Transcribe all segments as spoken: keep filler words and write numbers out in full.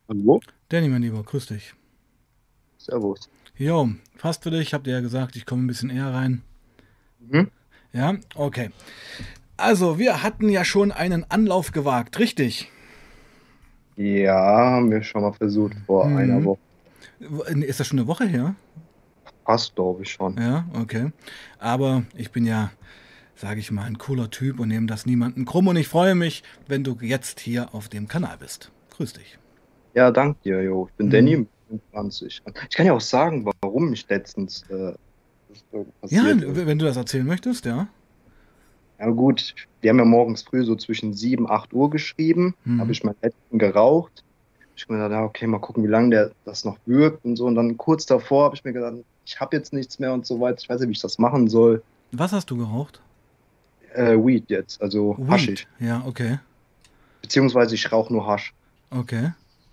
Hallo? Danny, mein Lieber, grüß dich. Servus. Jo, passt für dich. Ich hab dir ja gesagt, ich komme ein bisschen eher rein. Mhm. Ja, okay. Also, wir hatten ja schon einen Anlauf gewagt, richtig? Ja, haben wir schon mal versucht vor einer Hm. Woche. Ist das schon eine Woche her? Passt, glaube ich schon. Ja, okay. Aber ich bin ja, sage ich mal, ein cooler Typ und nehme das niemanden krumm und ich freue mich, wenn du jetzt hier auf dem Kanal bist. Grüß dich. Ja, danke dir, jo. Ich bin Hm. Danny, fünfundzwanzig. Ich kann ja auch sagen, warum mich letztens äh, das so Ja, passiert ist. wenn du das erzählen möchtest, ja. Ja gut, wir haben ja morgens früh so zwischen sieben acht Uhr geschrieben. Habe Hm. ich meinen letzten geraucht. Ich mir gedacht, ja, okay, mal gucken, wie lange der das noch wirkt und so. Und dann kurz davor habe ich mir gedacht, ich habe jetzt nichts mehr und so weiter. Ich weiß nicht, wie ich das machen soll. Was hast du geraucht? Äh, Weed jetzt, also Weed. Haschisch. Ja, okay. Beziehungsweise ich rauche nur Hasch. Okay.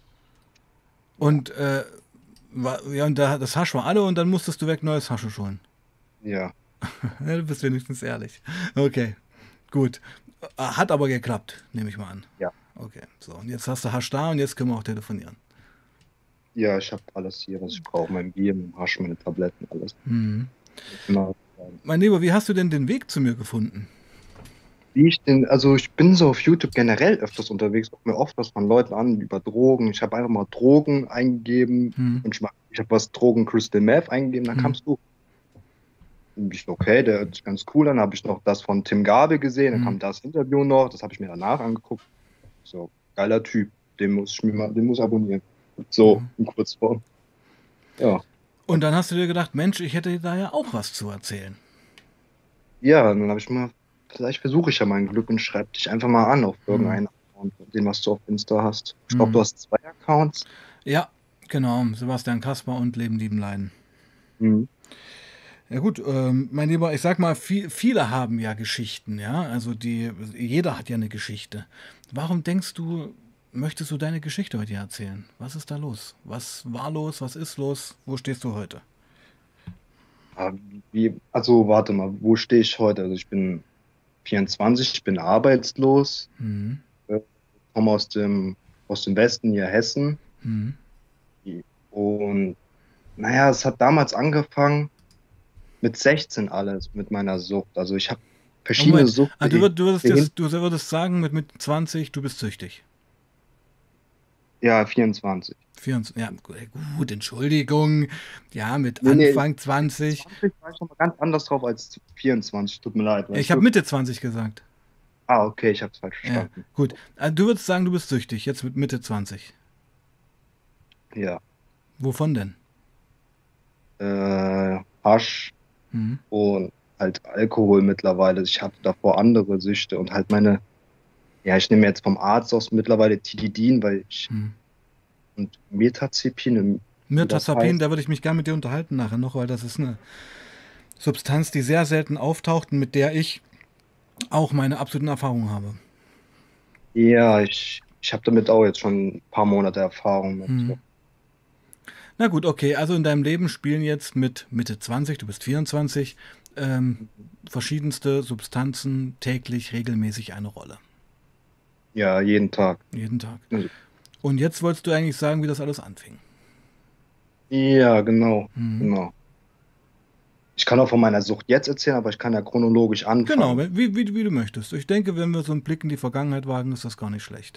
Ja. Und äh, War, ja, und da, das Hasch war alle und dann musstest du weg neues Haschisch holen. Ja. Ja, du bist wenigstens ehrlich. Okay, gut. Hat aber geklappt, nehme ich mal an. Ja. Okay, so. Und jetzt hast du Hasch da und jetzt können wir auch telefonieren. Ja, ich habe alles hier, was ich brauche. Mein Bier, mein Hasch, meine Tabletten, alles. Hm. Immer. Mein Lieber, wie hast du denn den Weg zu mir gefunden? Wie ich den, also ich bin so auf YouTube generell öfters unterwegs, gucke mir oft was von Leuten an über Drogen. Ich habe einfach mal Drogen eingegeben Hm. und ich, mach- ich habe was Drogen Crystal Meth eingegeben, dann Hm. kamst du. Und ich so, okay, der hört sich ganz cool an. Habe ich noch das von Tim Gabel gesehen, dann Hm. kam das Interview noch, das habe ich mir danach angeguckt. So, geiler Typ, den muss ich mir mal, den muss ich abonnieren. So, Ja. in Kurzform. Ja. Und dann hast du dir gedacht, Mensch, ich hätte da ja auch was zu erzählen. Ja, dann habe ich mal, vielleicht versuche ich ja mein Glück und schreibe dich einfach mal an auf Hm. irgendeinen Account, den was du auf Insta hast. Ich glaube, du Hm. hast zwei Accounts. Ja, genau. Sebastian Kasper und Leben, Lieben, Leiden. Mhm. Ja gut, ähm, mein Lieber, ich sag mal, viel, viele haben ja Geschichten, ja. Also die, jeder hat ja eine Geschichte. Warum denkst du, möchtest du deine Geschichte heute erzählen? Was ist da los? Was war los? Was ist los? Wo stehst du heute? Ah, Wie, also warte mal, wo stehe ich heute? Also ich bin vierundzwanzig, ich bin arbeitslos, Hm, äh, komme aus dem, aus dem Westen hier Hessen. hm. Und naja, es hat damals angefangen mit sechzehn alles, mit meiner Sucht. Also ich habe Oh, verschiedene Moment, ah, du, Suchtwege würd, du, würdest hin. jetzt, du würdest sagen, mit, mit zwanzig, du bist süchtig. Ja, vierundzwanzig. vierundzwanzig, ja, gu- gut, Entschuldigung. Ja, mit Nee, nee, Anfang zwanzig. zwanzig war ich noch mal ganz anders drauf als vierundzwanzig. Tut mir leid, Ich weißt habe du? Mitte zwanzig gesagt. Ah, okay, ich habe es falsch Ja, verstanden. gut. Ah, du würdest sagen, du bist süchtig, jetzt mit Mitte zwanzig. Ja. Wovon denn? Äh, Hasch Hm, und halt Alkohol mittlerweile. Ich hatte davor andere Süchte und halt meine, ja, ich nehme jetzt vom Arzt aus mittlerweile Tilidin, weil ich hm. und Mirtazepin, wie das Mirtazapin, heißt. da würde ich mich gerne mit dir unterhalten nachher noch, weil das ist eine Substanz, die sehr selten auftaucht und mit der ich auch meine absoluten Erfahrungen habe. Ja, ich, ich habe damit auch jetzt schon ein paar Monate Erfahrung mit. Hm. So. Na gut, okay, also in deinem Leben spielen jetzt mit Mitte zwanzig, du bist vierundzwanzig, ähm, verschiedenste Substanzen täglich regelmäßig eine Rolle. Ja, jeden Tag. Jeden Tag. Also, Und jetzt wolltest du eigentlich sagen, wie das alles anfing. ja, genau, Hm. genau. Ich kann auch von meiner Sucht jetzt erzählen, aber ich kann ja chronologisch Genau, anfangen. wie, wie, wie du möchtest. Ich denke, wenn wir so einen Blick in die Vergangenheit wagen, ist das gar nicht schlecht.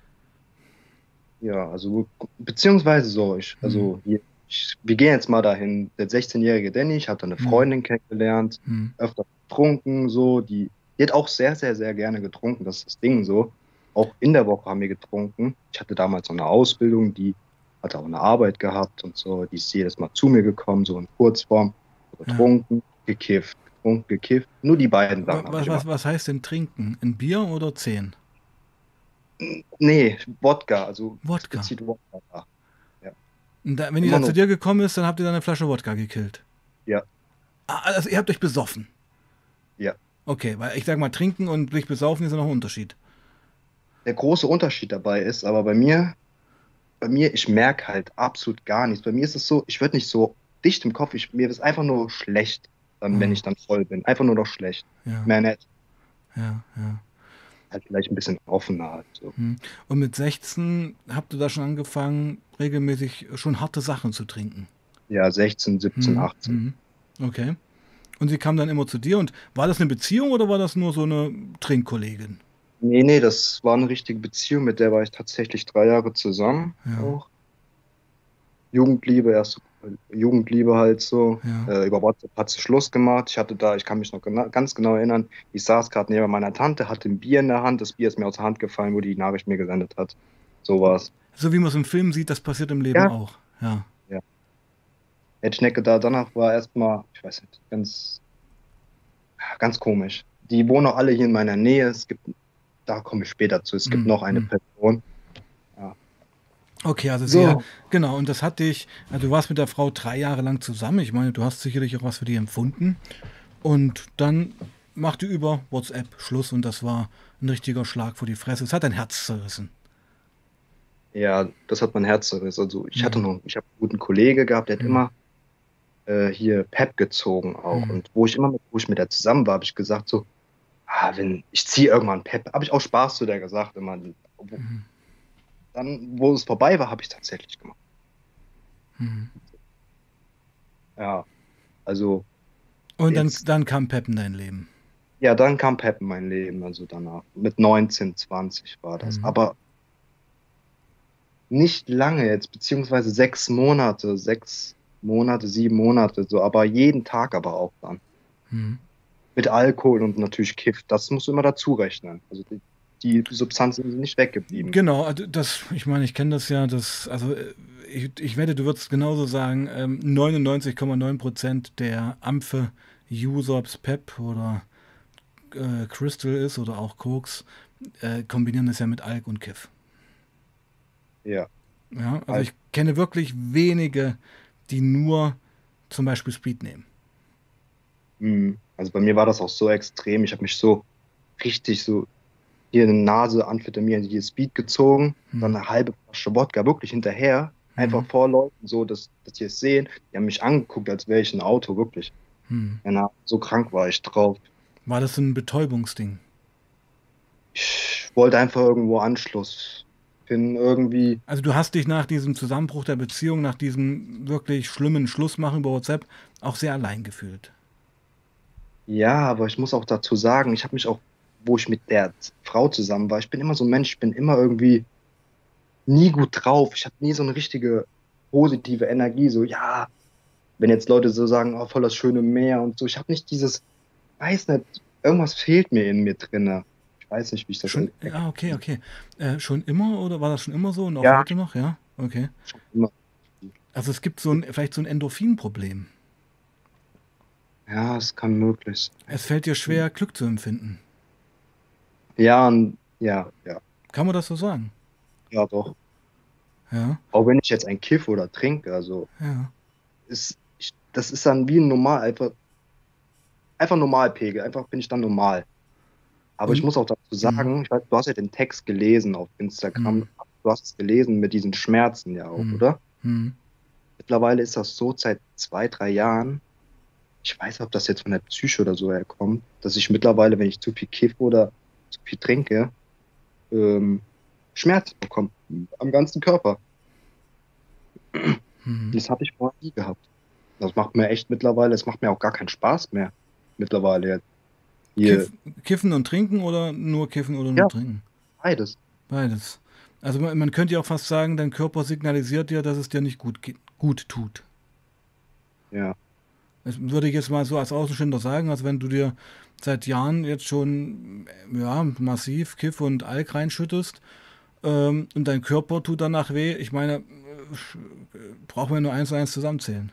Ja, also beziehungsweise so, ich, Hm. also hier, ich, wir gehen jetzt mal dahin. Der sechzehn-jährige Danny, ich hatte eine Hm. Freundin kennengelernt, Hm. öfter getrunken, so, die, die hat auch sehr, sehr, sehr gerne getrunken, das ist das Ding so. Auch in der Woche haben wir getrunken. Ich hatte damals noch eine Ausbildung, die hatte auch eine Arbeit gehabt und so, die ist jedes Mal zu mir gekommen, so in Kurzform, so Ja. getrunken, gekifft, getrunken, gekifft. Nur die beiden Sachen habe Was, ich immer. was, was heißt denn trinken? Ein Bier oder zehn? Nee, Wodka, also Wodka. explizit Wodka. Ja, Und da, wenn die immer da zu nur. dir gekommen ist, dann habt ihr da eine Flasche Wodka gekillt. Ja, Ah, also ihr habt euch besoffen. ja. Okay, weil ich sag mal, trinken und sich besaufen ist ja noch ein Unterschied. Der große Unterschied dabei ist, aber bei mir, bei mir, ich merke halt absolut gar nichts. Bei mir ist es so, ich werde nicht so dicht im Kopf, ich, mir ist einfach nur schlecht, dann, wenn Ah, ich dann voll bin. Einfach nur noch schlecht. ja, Mehr nicht. ja, ja. halt vielleicht ein bisschen offener halt so. Mhm. Und mit sechzehn habt ihr da schon angefangen, regelmäßig schon harte Sachen zu trinken? Ja, sechzehn, siebzehn, Mhm. achtzehn. Mhm. Okay. Und sie kam dann immer zu dir und war das eine Beziehung oder war das nur so eine Trinkkollegin? Nee, nee, das war eine richtige Beziehung, mit der war ich tatsächlich drei Jahre zusammen Ja, auch. Jugendliebe, erst so, äh, Jugendliebe halt so. ja. Äh, über WhatsApp hat sie Schluss gemacht. Ich hatte da, ich kann mich noch gena ganz genau erinnern, ich saß gerade neben meiner Tante, hatte ein Bier in der Hand, das Bier ist mir aus der Hand gefallen, wo die Nachricht mir gesendet hat. So war's. So wie man es im Film sieht, das passiert im Leben Ja, auch. Ja. ja. Ed Schnecke da, danach war erstmal, ich weiß nicht, ganz, ganz komisch. Die wohnen auch alle hier in meiner Nähe. Es gibt, da komme ich später zu, es gibt Mhm. noch eine Mhm. Person. Ja. Okay, also sie, So, genau, und das hat dich, also du warst mit der Frau drei Jahre lang zusammen. Ich meine, du hast sicherlich auch was für die empfunden. Und dann machte über WhatsApp Schluss und das war ein richtiger Schlag vor die Fresse. Es hat dein Herz zerrissen. ja, das hat mein Herz zerrissen. Also ich hatte Hm. noch, ich habe einen guten Kollege gehabt, der hat Hm. immer äh, hier Pep gezogen auch. Hm. Und wo ich immer mit, wo ich mit der zusammen war, habe ich gesagt so, ah, wenn ich ziehe irgendwann Pep, habe ich auch Spaß zu der gesagt immer. Wo, Hm. dann, wo es vorbei war, habe ich tatsächlich gemacht. Hm. Ja, also Und dann, jetzt, dann kam Pep in dein Leben. ja, dann kam Pep in mein Leben, also danach. Mit neunzehn, zwanzig war das. Hm. Aber nicht lange jetzt, beziehungsweise sechs Monate, sechs Monate, sieben Monate, so, aber jeden Tag aber auch dann. Hm. Mit Alkohol und natürlich Kiff, das musst du immer dazu rechnen. Also die, die Substanzen sind nicht weggeblieben. Genau, also das, ich meine, ich kenne das ja, das, also äh, ich, ich wette, du würdest genauso sagen, ähm, neunundneunzig Komma neun Prozent der Amphe-User, ob's Pep oder äh, Crystal ist oder auch Koks, äh, kombinieren das ja mit Alk und Kiff. Ja, Ja, also halt, ich kenne wirklich wenige, die nur zum Beispiel Speed nehmen. mh. Also bei mir war das auch so extrem. Ich habe mich so richtig so hier in die Nase, Amphetamin, hier Speed gezogen, Hm. dann eine halbe Flasche Wodka wirklich hinterher, Hm. einfach vor Leuten, so dass, dass die es sehen. Die haben mich angeguckt, als wäre ich ein Auto, wirklich. Hm. Ja, so krank war ich drauf. War das so ein Betäubungsding? Ich wollte einfach irgendwo Anschluss finden, irgendwie. Also du hast dich nach diesem Zusammenbruch der Beziehung, nach diesem wirklich schlimmen Schlussmachen über WhatsApp auch sehr allein gefühlt. Ja, aber ich muss auch dazu sagen, ich habe mich auch, wo ich mit der Frau zusammen war, ich bin immer so ein Mensch, ich bin immer irgendwie nie gut drauf. Ich habe nie so eine richtige positive Energie, so ja, wenn jetzt Leute so sagen, oh, voll das schöne Meer und so, ich habe nicht dieses, weiß nicht, irgendwas fehlt mir in mir drinne. Ich weiß nicht, wie ich das Schon, erklären ja, okay, soll. okay. Äh, schon immer oder war das schon immer so und auch Ja, heute noch? Ja, okay. schon immer. Also es gibt so ein, vielleicht so ein Endorphinproblem. Ja, es kann möglich Es fällt dir sein. schwer, Glück zu empfinden. Ja, und, ja, ja, Kann man das so sagen? ja, doch. Ja, Auch wenn ich jetzt ein Kiff oder trinke, also ja. ist, ich, das ist dann wie ein normal, einfach, einfach Normalpegel, einfach bin ich dann normal. Aber ich Und, muss auch dazu hm, sagen, ich weiß, du hast ja den Text gelesen auf hm, Instagram, du hast es gelesen mit diesen Schmerzen ja auch, hm, oder? hm, Mittlerweile ist das so seit zwei, drei Jahren. Ich weiß, ob das jetzt von der Psyche oder so herkommt, dass ich mittlerweile, wenn ich zu viel kiffe oder zu viel trinke, ähm, Schmerzen bekomme am ganzen Körper. hm. Das habe ich vorher nie gehabt. Das macht mir echt mittlerweile, es macht mir auch gar keinen Spaß mehr. Mittlerweile jetzt. Hier, Kiff, kiffen und trinken oder nur kiffen oder nur ja, trinken? beides. Beides. Also man, man könnte ja auch fast sagen, dein Körper signalisiert dir, dass es dir nicht gut, ge- gut tut. Ja. Das würde ich jetzt mal so als Außenstehender sagen, als wenn du dir seit Jahren jetzt schon äh, ja, massiv Kiff und Alk reinschüttest ähm, und dein Körper tut danach weh. Ich meine, äh, brauchen wir nur eins zu eins zusammenzählen.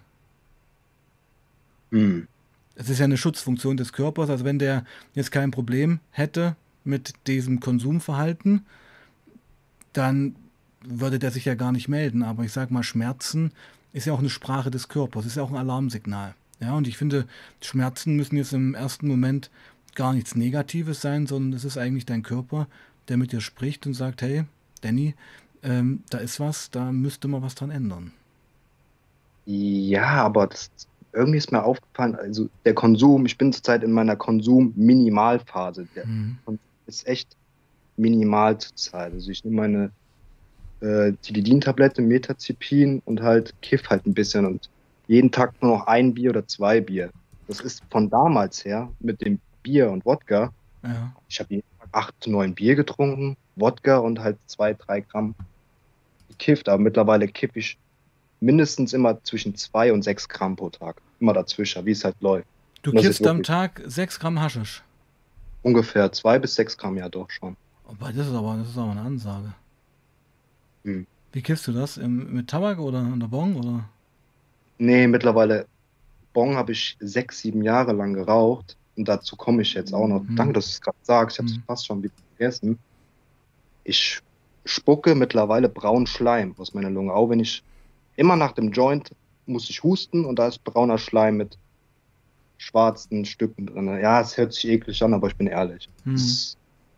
Hm. Es ist ja eine Schutzfunktion des Körpers, also wenn der jetzt kein Problem hätte mit diesem Konsumverhalten, dann würde der sich ja gar nicht melden. Aber ich sage mal, Schmerzen ist ja auch eine Sprache des Körpers, ist ja auch ein Alarmsignal. Ja, und ich finde, Schmerzen müssen jetzt im ersten Moment gar nichts Negatives sein, sondern es ist eigentlich dein Körper, der mit dir spricht und sagt, hey, Danny, ähm, da ist was, da müsste man was dran ändern. Ja, aber das, irgendwie ist mir aufgefallen, also der Konsum, ich bin zurzeit in meiner Konsum-Minimalphase. Der Hm. Konsum ist echt. minimal zur Zeit. Also ich nehme meine äh, Tilidin-Tablette, Mirtazapin und halt kiff halt ein bisschen und jeden Tag nur noch ein Bier oder zwei Bier. Das ist von damals her mit dem Bier und Wodka. Ja. Ich habe jeden Tag acht, neun Bier getrunken, Wodka und halt zwei, drei Gramm gekifft. Aber mittlerweile kiff ich mindestens immer zwischen zwei und sechs Gramm pro Tag. Immer dazwischen, wie es halt läuft. Du Und das ist kiffst am wirklich Tag sechs Gramm Haschisch. ungefähr zwei bis sechs Gramm, ja doch schon. Aber das ist aber, das ist aber eine Ansage. Hm. Wie kiffst du das? Im, mit Tabak oder in der Bong? Oder? Nee, mittlerweile, Bong habe ich sechs, sieben Jahre lang geraucht. Und dazu komme ich jetzt auch noch. Hm. Danke, dass du es gerade sagst. Ich habe es Hm. fast schon wieder vergessen. Ich spucke mittlerweile braunen Schleim aus meiner Lunge. Auch wenn ich immer nach dem Joint muss ich husten und da ist brauner Schleim mit schwarzen Stücken drin. Ja, es hört sich eklig an, aber ich bin ehrlich. Hm. Das,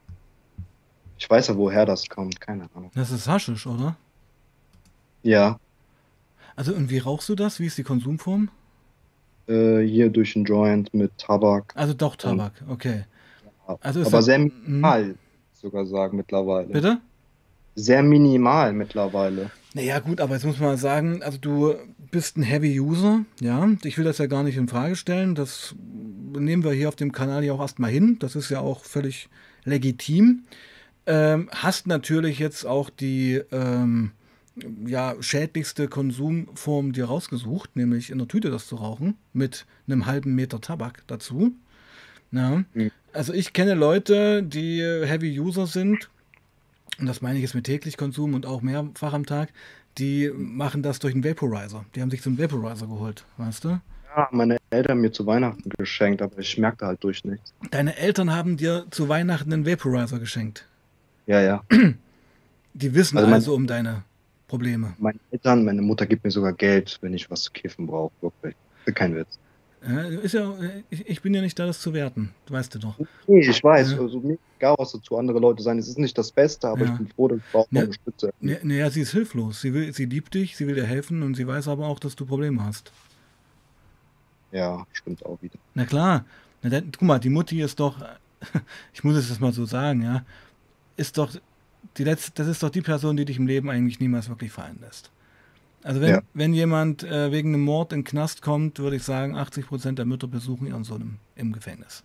ich weiß ja, woher das kommt. Keine Ahnung. Das ist Haschisch, oder? Ja, Also, und wie rauchst du das? Wie ist die Konsumform? äh, hier durch den Joint mit Tabak. Also doch Und, Tabak, okay. ja, Also ist aber das. sehr Hm, minimal, sogar sagen mittlerweile. bitte? Sehr minimal mittlerweile. Naja, gut, aber jetzt muss man mal sagen, also du bist ein Heavy User, ja. Ich will das ja gar nicht in Frage stellen. Das nehmen wir hier auf dem Kanal ja auch erstmal hin. Das ist ja auch völlig legitim. Ähm, hast natürlich jetzt auch die ähm, ja, schädlichste Konsumform dir rausgesucht, nämlich in der Tüte das zu rauchen, mit einem halben Meter Tabak dazu. Ja. Hm. Also ich kenne Leute, die Heavy User sind, und das meine ich jetzt mit täglich Konsum und auch mehrfach am Tag, die machen das durch einen Vaporizer. Die haben sich so einen Vaporizer geholt, weißt du? Ja, meine Eltern mir zu Weihnachten geschenkt, aber ich merke halt durch nichts. Deine Eltern haben dir zu Weihnachten einen Vaporizer geschenkt. Ja, ja. Die wissen Also mein, also um deine Probleme. meine Eltern, meine Mutter gibt mir sogar Geld, wenn ich was zu kiffen brauche. Wirklich. Kein Witz. Ja, ist ja, ich, ich bin ja nicht da, das zu werten. Weißt du doch. Nee, ich weiß, Ja, also mir egal, was dazu andere Leute sein. Es ist nicht das Beste, aber ich ja. bin froh, dass ich auch noch Ne, unterstütze. ne, ne, ja, sie ist hilflos. Sie will, sie liebt dich, sie will dir helfen und sie weiß aber auch, dass du Probleme hast. Ja, stimmt auch wieder. Na klar. Na, dann, guck mal, die Mutti ist doch, ich muss es jetzt mal so sagen, ja, ist doch die letzte, das ist doch die Person, die dich im Leben eigentlich niemals wirklich fallen lässt. Also wenn, Ja, wenn jemand äh, wegen einem Mord in den Knast kommt, würde ich sagen, achtzig Prozent der Mütter besuchen ihren Sohn im, im Gefängnis.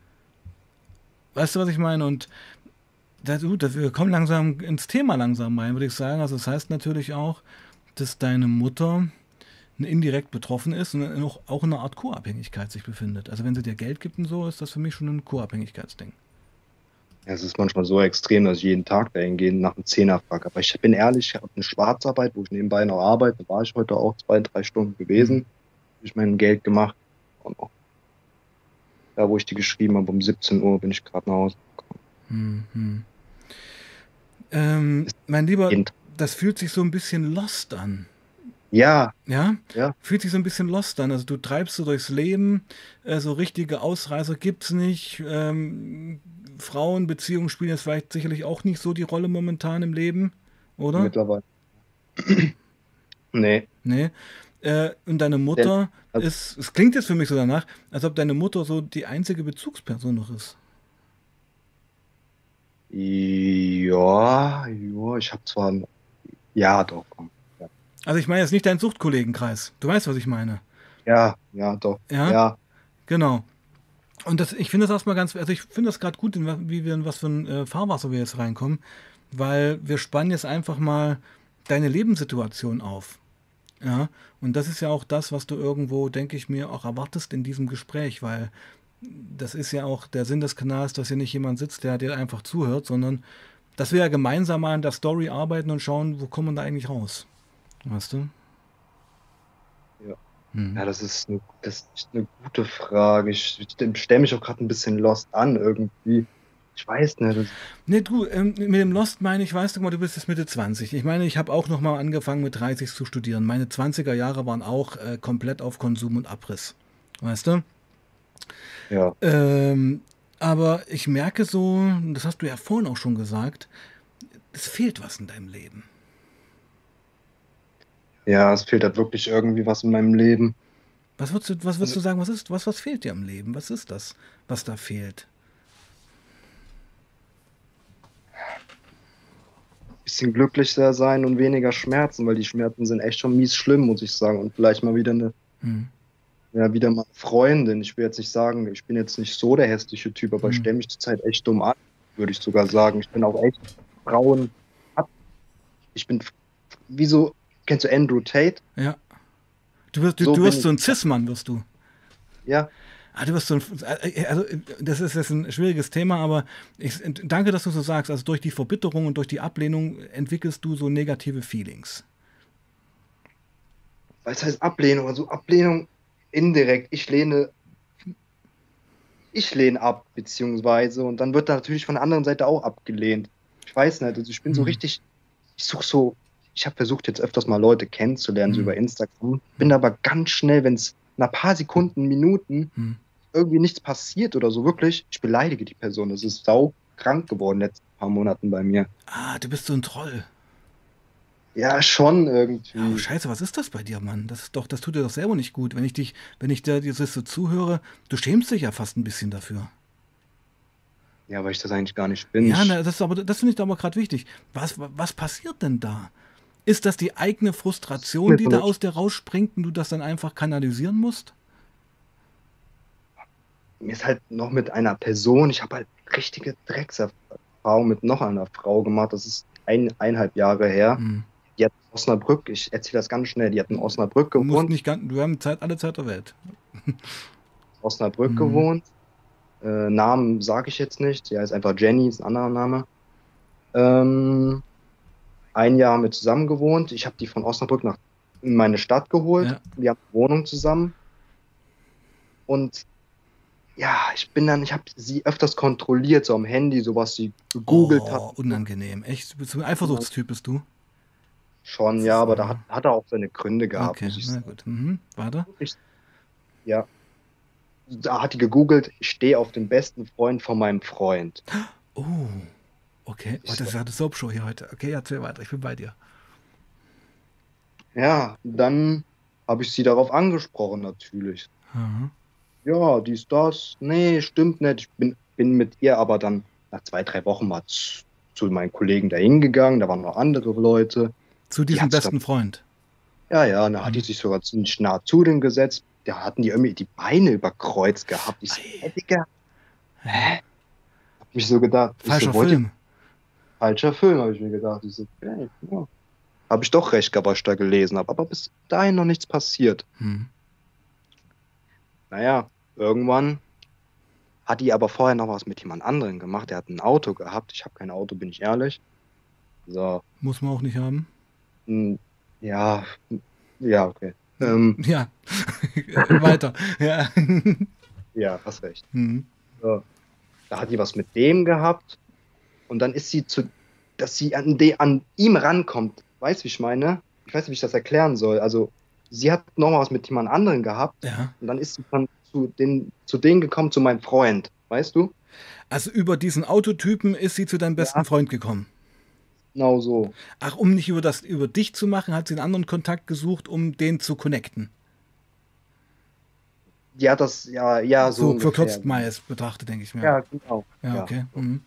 Weißt du, was ich meine? Und da, du, da, wir kommen langsam ins Thema langsam rein, würde ich sagen. Also das heißt natürlich auch, dass deine Mutter indirekt betroffen ist und auch, auch in einer Art Co-Abhängigkeit sich befindet. Also wenn sie dir Geld gibt und so, ist das für mich schon ein Co-Abhängigkeitsding. ja, es ist manchmal so extrem, dass ich jeden Tag dahin gehe nach einem Zehner frage. Aber ich bin ehrlich, ich habe eine Schwarzarbeit, wo ich nebenbei noch arbeite. Da war ich heute auch zwei, drei Stunden Hm. gewesen. Habe ich mein Geld gemacht. Und auch da, wo ich die geschrieben habe, um siebzehn Uhr bin ich gerade nach Hause gekommen. Hm, hm. Ähm, Ist mein Lieber, jeden Tag. das fühlt sich so ein bisschen lost an. Ja, Ja? ja, Fühlt sich so ein bisschen lost an. Also du treibst so durchs Leben, äh, so richtige Ausreißer gibt's nicht. Ähm, Frauenbeziehungen spielen jetzt vielleicht sicherlich auch nicht so die Rolle momentan im Leben, oder? mittlerweile. Nee, Nee. Äh, und deine denn, Mutter also, ist, es klingt jetzt für mich so danach, als ob deine Mutter so die einzige Bezugsperson noch ist. ja, ja, ich habe zwar, ein- ja, doch, komm. Ja, Also ich meine jetzt nicht deinen Suchtkollegenkreis. Du weißt, was ich meine. ja, ja, doch, Ja, ja, genau. Und das, ich finde das erstmal ganz, also ich finde das gerade gut, in, wa- wie wir in was für ein äh, Fahrwasser wir jetzt reinkommen, weil wir spannen jetzt einfach mal deine Lebenssituation auf. Ja, und das ist ja auch das, was du irgendwo, denke ich mir, auch erwartest in diesem Gespräch, weil das ist ja auch der Sinn des Kanals, dass hier nicht jemand sitzt, der dir einfach zuhört, sondern dass wir ja gemeinsam mal an der Story arbeiten und schauen, wo kommen wir da eigentlich raus. Weißt du? ja. Hm. Ja, das ist eine, das ist eine gute Frage. Ich, ich stelle mich auch gerade ein bisschen lost an irgendwie. Ich weiß nicht. Das, Nee, du, ähm, mit dem Lost meine ich, weißt du mal, du bist jetzt Mitte zwanzig. Ich meine, ich habe auch noch mal angefangen mit dreißig zu studieren. Meine zwanziger Jahre waren auch äh, komplett auf Konsum und Abriss. Weißt du? ja, Ähm, aber ich merke so, das hast du ja vorhin auch schon gesagt, es fehlt was in deinem Leben. ja, es fehlt halt wirklich irgendwie was in meinem Leben. Was würdest du, was würdest Also, du sagen, was ist, was, was fehlt dir im Leben? Was ist das, was da fehlt? bisschen glücklicher sein und weniger Schmerzen, weil die Schmerzen sind echt schon mies schlimm, muss ich sagen. Und vielleicht mal wieder eine, Hm. ja, wieder mal eine Freundin. Ich will jetzt nicht sagen, ich bin jetzt nicht so der hässliche Typ, aber ich Hm. stelle mich zurzeit echt dumm an, würde ich sogar sagen. Ich bin auch echt Frauen ab. Ich bin f- wie so, kennst du Andrew Tate? Ja. Du wirst, du, So du bin wirst ich. so ein Cis-Mann, wirst du. Ja, Ah, du wirst so ein, äh, also das ist jetzt ein schwieriges Thema, aber ich danke, dass du so sagst. Also durch die Verbitterung und durch die Ablehnung entwickelst du so negative Feelings. was heißt Ablehnung? Also Ablehnung indirekt. Ich lehne, ich lehne ab, beziehungsweise, und dann wird da natürlich von der anderen Seite auch abgelehnt. Ich weiß nicht, also ich bin so Hm. richtig, ich suche so, ich habe versucht jetzt öfters mal Leute kennenzulernen, so Hm. über Instagram, bin aber ganz schnell, wenn es nach ein paar Sekunden, Minuten Hm. irgendwie nichts passiert oder so, wirklich, ich beleidige die Person. Das ist sau krank geworden letzten paar Monaten bei mir. Ah, du bist so ein Troll. Ja, schon Ja, oh, irgendwie. scheiße, was ist das bei dir, Mann? Das ist doch, das tut dir doch selber nicht gut. Wenn ich dich, wenn ich dir dieses so zuhöre, du schämst dich ja fast ein bisschen dafür. Ja, weil ich das eigentlich gar nicht bin. Ja, Ich, na, das ist aber, das finde ich aber gerade wichtig. Was, was passiert denn da? Ist das die eigene Frustration, mit die so da eine, aus dir rausspringt und du das dann einfach kanalisieren musst? mir ist halt noch mit einer Person, ich habe halt richtige Dreckserfahrung mit noch einer Frau gemacht. Das ist ein, eineinhalb Jahre her. Hm. Die hat in Osnabrück, ich erzähle das ganz schnell, die hat in Osnabrück Du musst gewohnt, nicht ganz, wir haben Zeit, alle Zeit der Welt. Osnabrück Hm. gewohnt. Äh, Namen sage ich jetzt nicht. Die heißt einfach Jenny, ist ein anderer Name. Ähm, ein Jahr haben wir zusammen gewohnt. Ich habe die von Osnabrück nach in meine Stadt geholt. Ja. Wir haben eine Wohnung zusammen. Und ja, ich bin dann, ich habe sie öfters kontrolliert, so am Handy, so was sie gegoogelt hat. Oh, unangenehm. Echt? Bist du ein Eifersuchtstyp, bist du? Schon, Das ja, ist, aber da hat, äh, hat er auch seine Gründe gehabt, okay, muss ich na sagen. gut. Mhm. Warte. Ich, ja, da hat die gegoogelt, ich stehe auf den besten Freund von meinem Freund. Oh, okay. Oh, Ich das so, ist ja eine Soapshow hier heute. Okay, erzähl weiter. Ich bin bei dir. ja, dann habe ich sie darauf angesprochen, natürlich. Mhm. Ja, dies, das. Nee, stimmt nicht. Ich bin, bin mit ihr aber dann nach zwei, drei Wochen mal zu, zu meinen Kollegen da hingegangen. Da waren noch andere Leute. Zu Die diesem hat sich dann, besten Freund. ja, ja, da hat die Mhm. sich sogar ziemlich nah zu dem gesetzt. Da hatten die irgendwie die Beine überkreuzt gehabt. Ich so, hä, Ei, Digga, ja. hä? Hab mich so gedacht. Ich Falscher so, wollt ihr, Film. falscher Film, habe ich mir gedacht. Ich so, ja, ja. Habe ich doch recht gehabt, was ich da gelesen habe. Aber bis dahin noch nichts passiert. Mhm. Naja, irgendwann hat die aber vorher noch was mit jemand anderem gemacht. Der hat ein Auto gehabt. Ich habe kein Auto, bin ich ehrlich. So, Muss man auch nicht haben. hm, ja, ja, okay. Ähm, Ja. Weiter. Ja. ja, hast recht. Mhm. So, da hat die was mit dem gehabt und dann ist sie zu, dass sie an, de, an ihm rankommt. Weißt du, wie ich meine? Ich weiß nicht, wie ich das erklären soll. Also, sie hat noch mal was mit jemand anderem gehabt Ja. und dann ist sie dann zu, den, zu denen gekommen, zu meinem Freund. Weißt du? Also über diesen Autotypen ist sie zu deinem besten Ja, Freund gekommen. genau so. Ach, um nicht über das über dich zu machen, hat sie einen anderen Kontakt gesucht, um den zu connecten. Die hat das, ja, ja, so So ungefähr. verkürzt mal es betrachtet, denke ich mir. Ja, genau. Ja, Ja. okay. Mhm.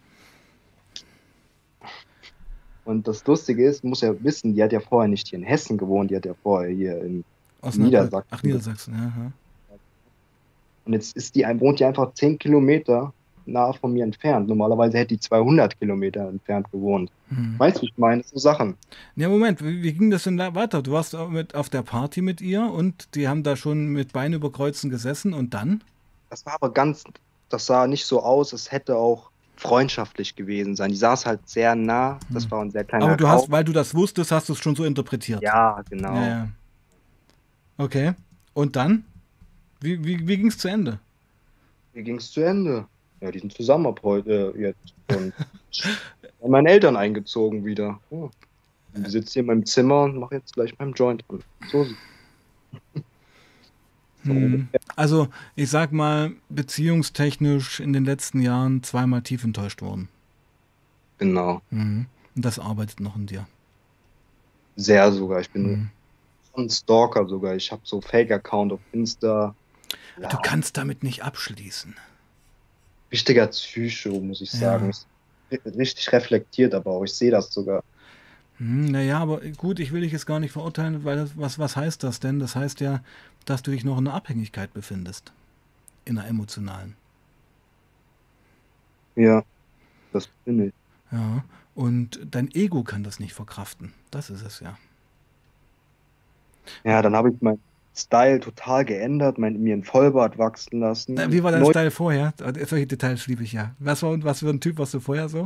Und das Lustige ist, muss ja wissen, die hat ja vorher nicht hier in Hessen gewohnt, die hat ja vorher hier in Osnabrück. Niedersachsen Ach, gewohnt. Niedersachsen, ja. Ja. Und jetzt ist die, wohnt die einfach zehn Kilometer nah von mir entfernt. Normalerweise hätte die zweihundert Kilometer entfernt gewohnt. Mhm. Weißt du, ich meine, so Sachen. Ja, Moment, wie, wie ging das denn da weiter? Du warst mit auf der Party mit ihr und die haben da schon mit Beinen über Kreuzen gesessen und dann? Das war aber ganz, das sah nicht so aus, es hätte auch freundschaftlich gewesen sein. Die saß halt sehr nah, das war ein sehr Aber kleiner du hast, Raum. weil du das wusstest, hast du es schon so interpretiert. Ja, Ja, genau. ja. Okay. Und dann? Wie, wie, wie ging es zu Ende? Wie ging es zu Ende? Ja, die sind zusammen ab heute äh, jetzt. Und bei meinen Eltern eingezogen wieder. Ja. Ich sitze hier in meinem Zimmer und mache jetzt gleich meinen Joint an. So sieht so Hm. ungefähr. Also, ich sag mal, beziehungstechnisch in den letzten Jahren zweimal tief enttäuscht worden. Genau. Mhm. Und das arbeitet noch in dir. Sehr sogar. Ich bin Mhm. ein Stalker sogar. Ich habe so Fake-Account auf Insta. Du Ja, kannst damit nicht abschließen. richtiger Psycho, muss ich Ja. sagen. Ich, richtig reflektiert aber auch. Ich sehe das sogar. Hm, naja, aber gut, ich will dich jetzt gar nicht verurteilen, weil das, was, was heißt das denn? Das heißt ja, dass du dich noch in einer Abhängigkeit befindest. In einer emotionalen. Ja, das bin ich. Ja. Und dein Ego kann das nicht verkraften. Das ist es ja. Ja, dann habe ich meinen Style total geändert, mein, mir einen Vollbart wachsen Na, lassen. wie war dein Neu Style vorher? Solche Details liebe ich ja. Was war, was für ein Typ warst du vorher so?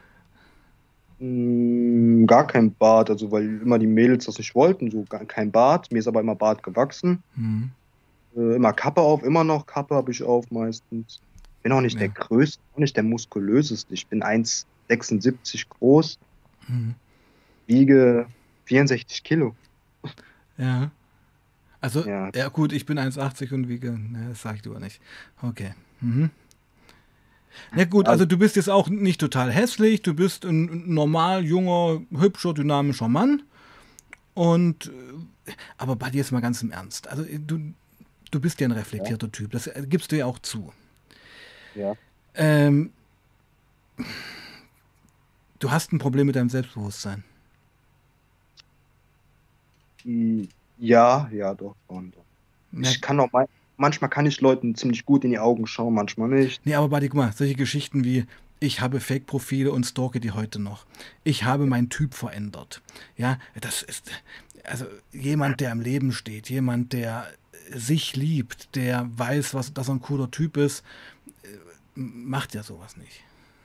Mm, gar kein Bart, also weil immer die Mädels das nicht wollten, so gar kein Bart. Mir ist aber immer Bart gewachsen. Hm. Äh, immer Kappe auf, immer noch Kappe habe ich auf meistens. Bin auch nicht der Ja. größte, auch nicht der muskulöseste. Ich bin eins Komma sechsundsiebzig groß, Hm. wiege vierundsechzig Kilo. Ja. Also, Ja, ja gut, ich bin eins Komma achtzig und wiege, ne, das sag ich aber nicht. Okay. Mhm. Ja gut, also, also du bist jetzt auch nicht total hässlich, du bist ein normal, junger, hübscher, dynamischer Mann. Und, äh, aber bei dir ist mal ganz im Ernst. Also äh, du, du bist ja ein ja, reflektierter Typ, das äh, gibst du ja auch zu. ja. Ähm, du hast ein Problem mit deinem Selbstbewusstsein. I- Ja, ja, doch, schon, doch. Ja, Ich kann auch mal, manchmal kann ich Leuten ziemlich gut in die Augen schauen, manchmal nicht. nee, aber Buddy, guck mal, solche Geschichten wie, ich habe Fake-Profile und stalke die heute noch. Ich habe meinen Typ verändert. Ja, das ist, also jemand, der im Leben steht, jemand, der sich liebt, der weiß, was, dass er ein cooler Typ ist, macht ja sowas nicht.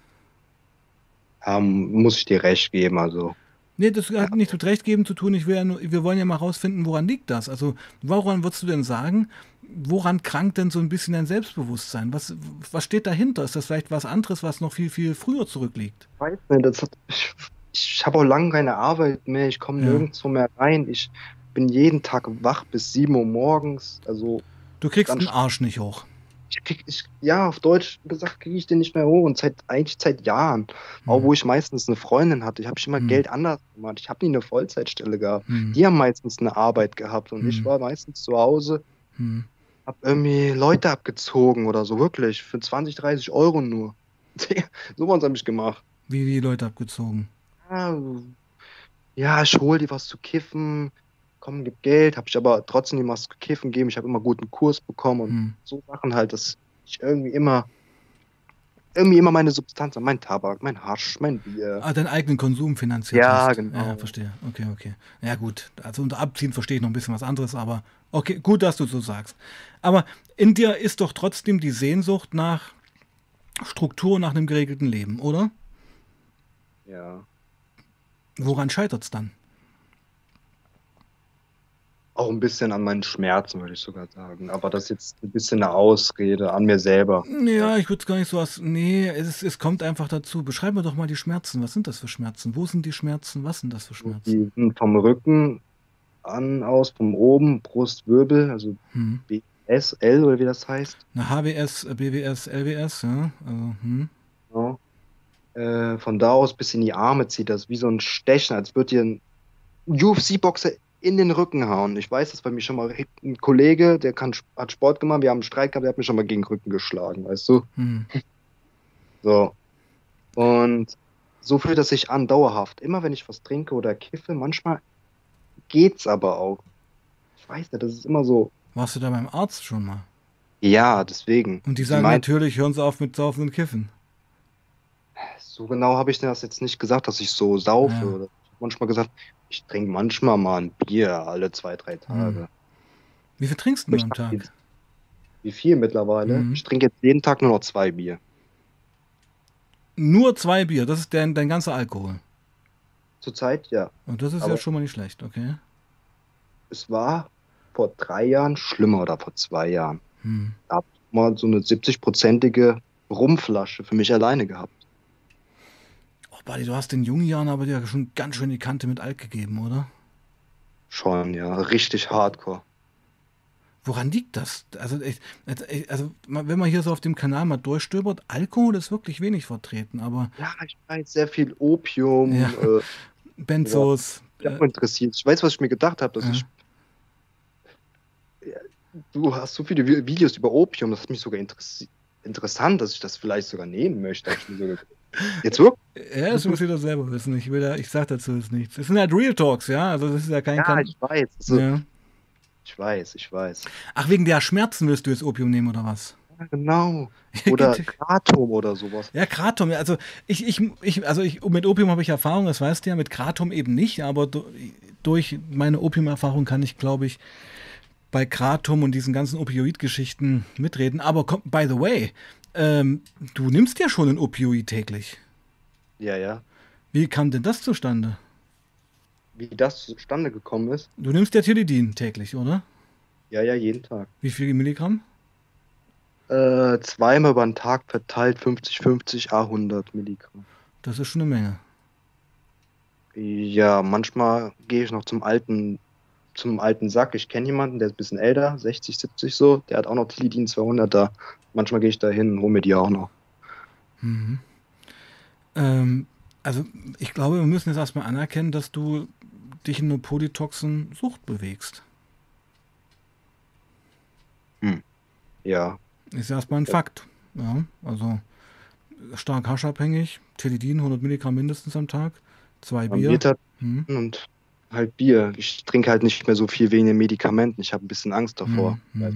Ähm, muss ich dir recht geben, also. Nee, das Ja, hat nichts mit Rechtgeben zu tun. Ich will ja nur, wir wollen ja mal rausfinden, woran liegt das? Also, woran würdest du denn sagen, woran krankt denn so ein bisschen dein Selbstbewusstsein? Was, was steht dahinter? Ist das vielleicht was anderes, was noch viel, viel früher zurückliegt? weiß nicht, das hat, ich, ich habe auch lange keine Arbeit mehr, ich komme Ja. nirgendwo mehr rein. Ich bin jeden Tag wach bis sieben Uhr morgens. Also Du kriegst ganz den Arsch nicht hoch. ich krieg, ich, ja, auf Deutsch gesagt, kriege ich den nicht mehr hoch und seit eigentlich seit Jahren. Auch Hm. wo ich meistens eine Freundin hatte, ich habe ich immer Hm. Geld anders gemacht. Ich habe nie eine Vollzeitstelle gehabt. Hm. Die haben meistens eine Arbeit gehabt und ich Hm. war meistens zu Hause, Hm. habe irgendwie Leute abgezogen oder so, wirklich, für zwanzig, dreißig Euro nur. Sowas habe ich gemacht. Wie die Leute abgezogen. Ja, ja, ich hol dir was zu kiffen, komm, gib Geld, habe ich aber trotzdem nie was zu kiffen gegeben. Ich habe immer guten Kurs bekommen und Hm. so Sachen halt, dass ich irgendwie immer, irgendwie immer meine Substanz, mein Tabak, mein Hasch, mein Bier. Ah, deinen eigenen Konsum finanziert Ja, hast. Ja, genau. verstehe. Okay, okay. Ja, gut. Also unter Abziehen verstehe ich noch ein bisschen was anderes, aber okay, gut, dass du so sagst. Aber in dir ist doch trotzdem die Sehnsucht nach Struktur, nach einem geregelten Leben, oder? Ja. Woran scheitert es dann? Auch ein bisschen an meinen Schmerzen, würde ich sogar sagen. Aber das ist jetzt ein bisschen eine Ausrede an mir selber. Ja, ich würde es gar nicht so als. Nee, es, es kommt einfach dazu. Beschreib mir doch mal die Schmerzen. Was sind das für Schmerzen? Wo sind die Schmerzen? Was sind das für Schmerzen? Die sind vom Rücken an aus, vom oben, Brustwirbel, also Hm. B S L oder wie das heißt. Eine H W S, B W S, L W S, ja. Also, hm. Genau. Äh, von da aus bis in die Arme zieht das wie so ein Stechen, als würde dir ein U F C-Boxer in den Rücken hauen. Ich weiß das bei mir schon mal. Ein Kollege, der kann, hat Sport gemacht, wir haben einen Streit gehabt, der hat mich schon mal gegen den Rücken geschlagen, weißt du? Hm. So. Und so fühlt das sich an, dauerhaft. Immer wenn ich was trinke oder kiffe, manchmal geht's aber auch. Ich weiß nicht, das ist immer so. Warst du da beim Arzt schon mal? Ja, deswegen. Und die Sie sagen meint, natürlich, hören Sie auf mit Saufen und Kiffen. so genau habe ich das jetzt nicht gesagt, dass ich so saufe. Ja. Oder ich habe manchmal gesagt, ich trinke manchmal mal ein Bier alle zwei, drei Hm. Tage. Wie viel trinkst Aber du ich am hab Tag? jetzt, wie viel mittlerweile? Hm. Ich trinke jetzt jeden Tag nur noch zwei Bier. Nur zwei Bier, das ist dein, dein ganzer Alkohol. Zurzeit, ja. Und das ist ja Aber schon mal nicht schlecht, okay? es war vor drei Jahren schlimmer oder vor zwei Jahren. Hm. Da habe ich mal so eine siebzig-prozentige Rumflasche für mich alleine gehabt. Oh, Buddy, du hast in jungen Jahren aber dir schon ganz schön die Kante mit Alk gegeben, oder? Schon, ja, richtig hardcore. Woran liegt das? Also, ich, also, wenn man hier so auf dem Kanal mal durchstöbert, Alkohol ist wirklich wenig vertreten, aber Ja, ich weiß sehr viel Opium. ja, Äh, ja, Benzos, mich auch äh, interessiert. Ich weiß, was ich mir gedacht habe, dass äh, ich. Ja, du hast so viele Vi- Videos über Opium, das hat mich sogar interessi interessant, dass ich das vielleicht sogar nehmen möchte. Hab ich mir so gedacht. Jetzt wirklich? Ja, das müsst ihr doch selber wissen. Ich will da, ich sag dazu jetzt nichts. Es sind halt Real Talks, ja. Also das ist ja kein, Ja, kein ich weiß. Also, ja. ich weiß, ich weiß. Ach, wegen der Schmerzen willst du jetzt Opium nehmen oder was? Ja, genau. Oder Kratom oder sowas. Ja, Kratom, ja, also ich, ich, ich, also ich, mit Opium habe ich Erfahrung, das weißt du ja, mit Kratom eben nicht, aber du, durch meine Opiumerfahrung kann ich, glaube ich, bei Kratom und diesen ganzen Opioid-Geschichten mitreden. Aber komm, by the way, ähm, du nimmst ja schon ein Opioid täglich. Ja, ja. Wie kam denn das zustande? Wie das zustande gekommen ist? Du nimmst ja Tilidin täglich, oder? Ja, ja, jeden Tag. Wie viel Milligramm? Äh, zweimal über den Tag verteilt fünfzig fünfzig a hundert Milligramm. Das ist schon eine Menge. Ja, manchmal gehe ich noch zum alten, zum alten Sack. Ich kenne jemanden, der ist ein bisschen älter, sechzig, siebzig so. Der hat auch noch Tilidin zweihundert da. Manchmal gehe ich da hin und hole mir die auch noch. Mhm. Ähm, also ich glaube, wir müssen jetzt erstmal anerkennen, dass du dich in eine Polytoxin-Sucht bewegst. Hm. Ja. Ist ja erstmal ein Fakt. Ja, also stark haschabhängig, Tilidin hundert Milligramm mindestens am Tag, zwei Am Bier. Biertat Hm. und halt Bier. Ich trinke halt nicht mehr so viel wegen den Medikamenten. Ich habe ein bisschen Angst davor, Hm. weil, Hm.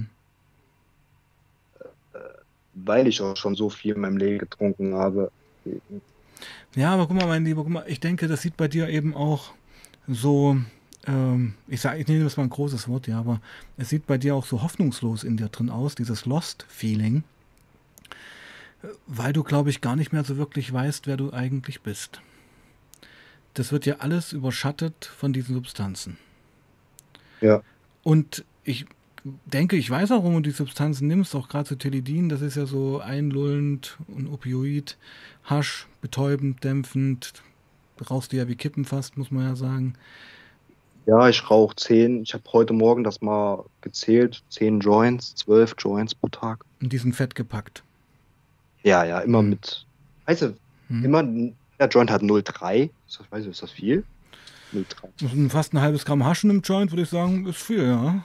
weil ich auch schon so viel in meinem Leben getrunken habe. Ja, aber guck mal, mein Lieber, guck mal, ich denke, das sieht bei dir eben auch so, ähm, ich sage, ich nehme das mal ein großes Wort, ja, aber es sieht bei dir auch so hoffnungslos in dir drin aus, dieses Lost-Feeling, weil du, glaube ich, gar nicht mehr so wirklich weißt, wer du eigentlich bist. Das wird ja alles überschattet von diesen Substanzen. Ja. Und ich denke, ich weiß auch, warum du die Substanzen nimmst, auch gerade zu Tilidin, das ist ja so einlullend und Opioid, Hasch, betäubend, dämpfend, rauchst du ja wie Kippen fast, muss man ja sagen. Ja, ich rauche zehn. Ich habe heute Morgen das mal gezählt. Zehn Joints, zwölf Joints pro Tag. Und die sind fett gepackt. Ja, ja, immer Hm. mit. Weißt du, Hm. immer, der Joint hat null Komma drei. Ist das, weißt du, ist das viel? null Komma drei. Das sind fast ein halbes Gramm Hasch in einem Joint, würde ich sagen, ist viel, ja.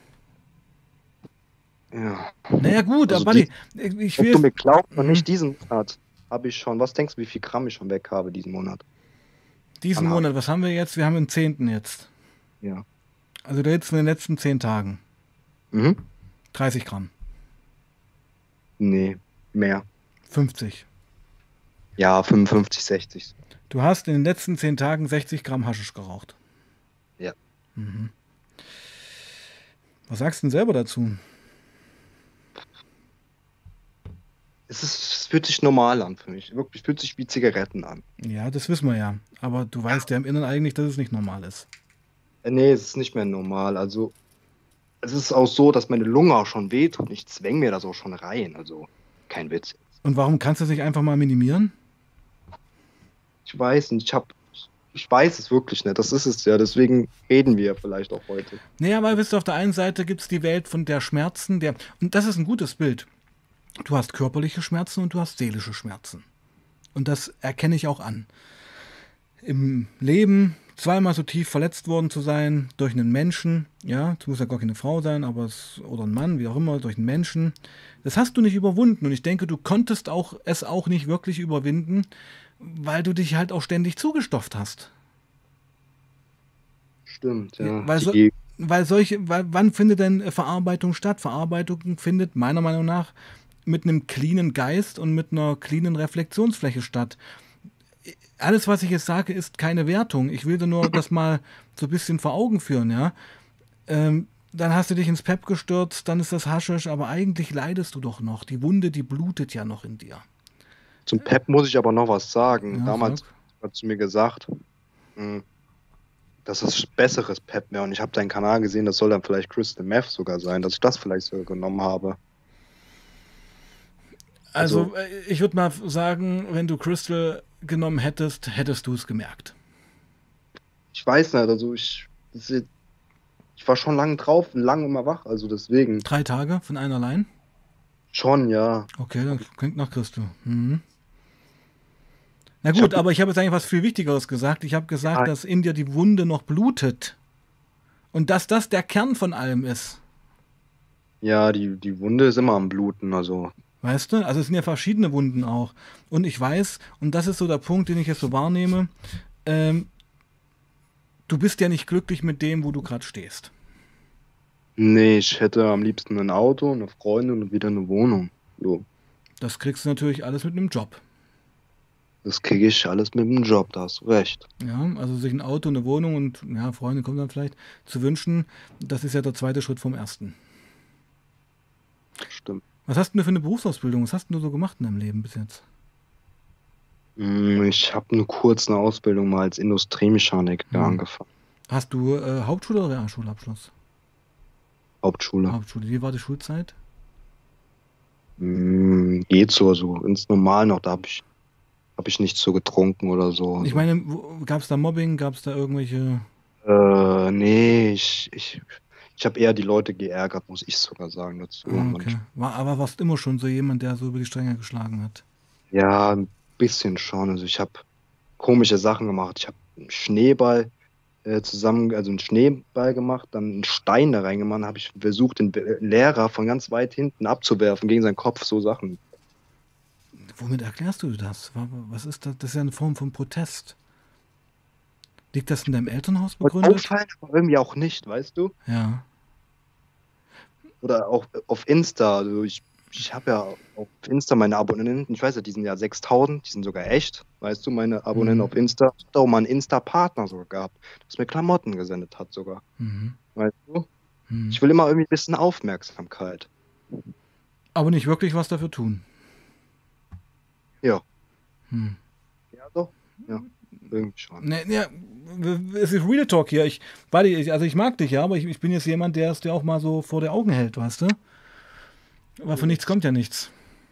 Ja. Naja, gut, Also aber die, Buddy, ich ob will du jetzt, mir glaubst oder hm, nicht, diesen Monat habe ich schon. Was denkst du, wie viel Gramm ich schon weg habe diesen Monat? diesen An Hasch. Monat, was haben wir jetzt? Wir haben den zehnten jetzt. Ja. Also jetzt in den letzten zehn Tagen. Mhm. dreißig Gramm. Nee, mehr. fünfzig. Ja, fünfundfünfzig, sechzig. Du hast in den letzten zehn Tagen sechzig Gramm Haschisch geraucht. Ja. Mhm. Was sagst du denn selber dazu? Es, ist, es fühlt sich normal an für mich. Wirklich, fühlt sich wie Zigaretten an. Ja, das wissen wir ja. Aber du weißt ja im Inneren eigentlich, dass es nicht normal ist. Äh, Nee, es ist nicht mehr normal. Also, es ist auch so, dass meine Lunge auch schon wehtut. Ich zwäng mir das auch schon rein. Also, kein Witz. Und warum kannst du es nicht einfach mal minimieren? Ich weiß nicht, ich hab, ich weiß es wirklich nicht. Das ist es ja. Deswegen reden wir vielleicht auch heute. Naja, weil wisst ihr, auf der einen Seite gibt es die Welt von der Schmerzen, der. Und das ist ein gutes Bild. Du hast körperliche Schmerzen und du hast seelische Schmerzen. Und das erkenne ich auch an. Im Leben zweimal so tief verletzt worden zu sein durch einen Menschen, ja, es muss ja gar keine Frau sein, aber es, oder ein Mann, wie auch immer, durch einen Menschen, das hast du nicht überwunden. Und ich denke, du konntest auch, es auch nicht wirklich überwinden, weil du dich halt auch ständig zugestopft hast. Stimmt, ja. Weil, so, Die, weil solche, weil, wann findet denn Verarbeitung statt? Verarbeitung findet meiner Meinung nach mit einem cleanen Geist und mit einer cleanen Reflexionsfläche statt. Alles, was ich jetzt sage, ist keine Wertung. Ich will dir nur das mal so ein bisschen vor Augen führen, ja. Ähm, dann hast du dich ins Pep gestürzt, dann ist das Haschisch, aber eigentlich leidest du doch noch. Die Wunde, die blutet ja noch in dir. zum Pep muss ich aber noch was sagen. Ja, Damals sag. hat sie mir gesagt, mh, das ist besseres Pep mehr. Und ich habe deinen Kanal gesehen, das soll dann vielleicht Crystal Meth sogar sein, dass ich das vielleicht sogar genommen habe. Also, äh, ich würde mal sagen, wenn du Crystal genommen hättest, hättest du es gemerkt. Ich weiß nicht, also ich, das ist, ich war schon lange drauf, lange immer wach, also deswegen Drei Tage von einer allein? schon, ja. Okay, das klingt nach Crystal. Mhm. Na Ich gut, hab- aber ich habe jetzt eigentlich was viel Wichtigeres gesagt. Ich habe gesagt, Ja. dass in dir die Wunde noch blutet. Und dass das der Kern von allem ist. Ja, die, die Wunde ist immer am Bluten, also Weißt du? Also es sind ja verschiedene Wunden auch. Und ich weiß, und das ist so der Punkt, den ich jetzt so wahrnehme, ähm, du bist ja nicht glücklich mit dem, wo du gerade stehst. Nee, ich hätte am liebsten ein Auto, eine Freundin und wieder eine Wohnung. So, Das kriegst du natürlich alles mit einem Job. das kriege ich alles mit dem Job, da hast du recht. Ja, also sich ein Auto, eine Wohnung und ja, Freunde kommen dann vielleicht zu wünschen, das ist ja der zweite Schritt vom ersten. Stimmt. Was hast du denn für eine Berufsausbildung? Was hast du so gemacht in deinem Leben bis jetzt? Mm, Ich habe eine kurze Ausbildung mal als Industriemechaniker Hm. angefangen. Hast du äh, Hauptschule oder Realschulabschluss? Hauptschule. Hauptschule. Wie war die Schulzeit? Mm, Geht so, so ins Normal noch. Da habe ich, hab ich nicht so getrunken oder so. Ich Also. meine, gab es da Mobbing? Gab es da irgendwelche... Äh, nee, ich, ich, ich habe eher die Leute geärgert, muss ich sogar sagen dazu. Ah, Und okay. War, aber warst immer schon so jemand, der so über die Stränge geschlagen hat? ja, ein bisschen schon. Also ich habe komische Sachen gemacht. Ich habe einen Schneeball äh, zusammen, also einen Schneeball gemacht, dann einen Stein da reingemacht, habe ich versucht, den Be- Lehrer von ganz weit hinten abzuwerfen gegen seinen Kopf, so Sachen. Womit erklärst du das? Wa- wa- Was ist das? Das ist ja eine Form von Protest. Liegt das in deinem Elternhaus Wollte begründet? auffallen, aber irgendwie auch nicht, weißt du? Ja. Oder auch auf Insta. Also ich, ich habe ja auf Insta meine Abonnenten, ich weiß ja, die sind ja sechstausend, die sind sogar echt, weißt du, meine Abonnenten Mhm. auf Insta. Ich hatte auch mal einen Insta-Partner sogar gehabt, das mir Klamotten gesendet hat sogar, Mhm. weißt du? Mhm. Ich will immer irgendwie ein bisschen Aufmerksamkeit. Aber nicht wirklich was dafür tun. Ja, Hm. ja doch, ja, irgendwie schon. Ne, ja, es ist Real Talk hier. Ich, weil ich, also ich mag dich ja, aber ich, ich bin jetzt jemand, der es dir auch mal so vor die Augen hält, weißt du? Aber von nichts kommt ja nichts.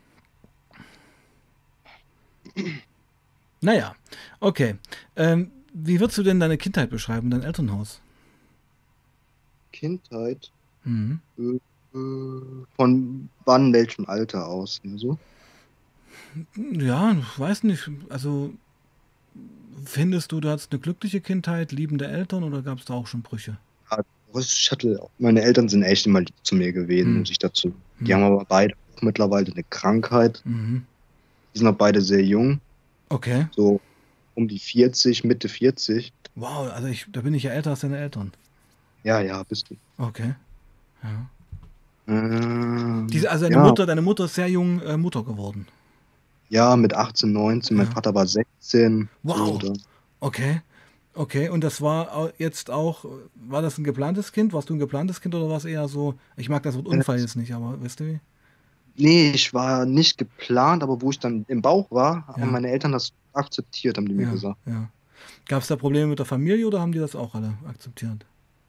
Naja, okay. Ähm, wie würdest du denn deine Kindheit beschreiben, dein Elternhaus? Kindheit, Mhm. äh, äh, von wann, welchem Alter aus? Ne, so? Ja, ich weiß nicht. Also findest du, du hattest eine glückliche Kindheit, liebende Eltern oder gab es da auch schon Brüche? Ja, ich hatte, meine Eltern sind echt immer lieb zu mir gewesen, Hm. muss ich dazu. Die Hm. haben aber beide auch mittlerweile eine Krankheit. Mhm. Die sind auch beide sehr jung, Okay. so um die vierzig, Mitte vierzig. Wow, also ich, da bin ich ja älter als deine Eltern. Ja, ja, bist du. Okay. Ja. Ähm, Diese, also deine ja, Mutter, deine Mutter ist sehr jung äh, Mutter geworden. ja, mit achtzehn, neunzehn. Mein Ja. Vater war sechzehn. So, Wow. da. Okay. Okay. Und das war au- jetzt auch, war das ein geplantes Kind? Warst du ein geplantes Kind oder war es eher so, ich mag das Wort Äh, Unfall jetzt nicht, aber weißt du wie? nee, ich war nicht geplant, aber wo ich dann im Bauch war, haben Ja, meine Eltern das akzeptiert, haben die mir ja, gesagt. ja. Gab es da Probleme mit der Familie oder haben die das auch alle akzeptiert?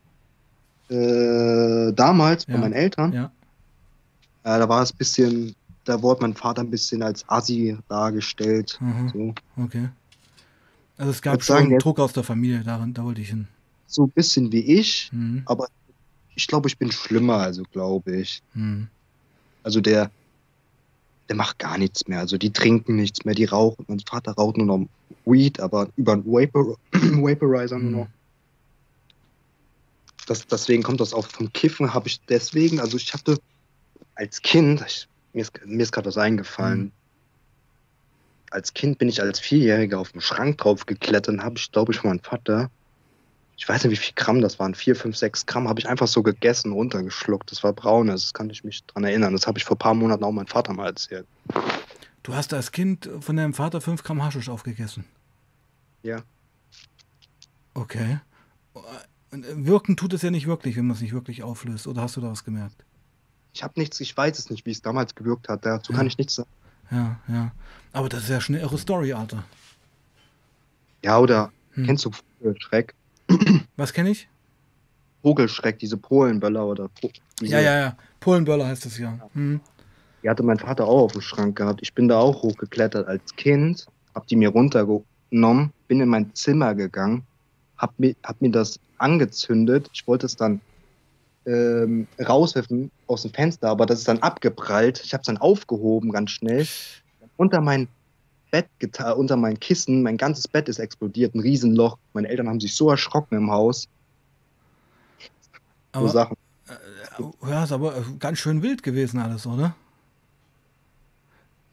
Äh, damals bei Ja, meinen Eltern, ja. äh, da war es ein bisschen, da wurde mein Vater ein bisschen als Assi dargestellt. Aha. So. Okay. Also es Ich gab würde sagen, schon der ist Druck aus der Familie, daran, da wollte ich hin. so ein bisschen wie ich, Mhm. aber ich glaube, ich bin schlimmer, also glaube ich. Mhm. Also der, der macht gar nichts mehr. Also die trinken nichts mehr, die rauchen. Mein Vater raucht nur noch Weed, aber über einen Vapor Vaporizer nur noch. Mhm. Das, deswegen kommt das auch vom Kiffen, habe ich deswegen, also ich hatte als Kind, ich, mir ist, mir ist gerade was Mhm. eingefallen, als Kind bin ich als Vierjähriger auf den Schrank drauf geklettert und habe ich, glaube ich, von meinem Vater, ich weiß nicht, wie viel Gramm das waren, vier, fünf, sechs Gramm, habe ich einfach so gegessen, runtergeschluckt. Das war braun, das kann ich mich dran erinnern. Das habe ich vor ein paar Monaten auch meinem Vater mal erzählt. Du hast als Kind von deinem Vater fünf Gramm Haschisch aufgegessen. Ja. Okay. Und äh, wirken tut es ja nicht wirklich, wenn man es nicht wirklich auflöst. Oder hast du da was gemerkt? Ich habe nichts, ich weiß es nicht, wie es damals gewirkt hat. Dazu kann Ja, ich nichts sagen. ja, ja. Aber das ist ja schon eine irre Story, Alter. Ja, oder Hm. kennst du Vogelschreck? Was kenne ich? Vogelschreck, diese Polenböller oder Po- Ja, diese, ja, ja. Polenböller heißt es ja. Hm. die hatte mein Vater auch auf dem Schrank gehabt. Ich bin da auch hochgeklettert als Kind, hab die mir runtergenommen, bin in mein Zimmer gegangen, hab mir, hab mir das angezündet. Ich wollte es dann ähm, rauswerfen aus dem Fenster, aber das ist dann abgeprallt. Ich habe es dann aufgehoben ganz schnell. Unter mein Bett getan, unter mein Kissen, mein ganzes Bett ist explodiert, ein Riesenloch. Meine Eltern haben sich so erschrocken im Haus. So Aber, Sachen. äh, ja, ist aber äh, ganz schön wild gewesen alles, oder?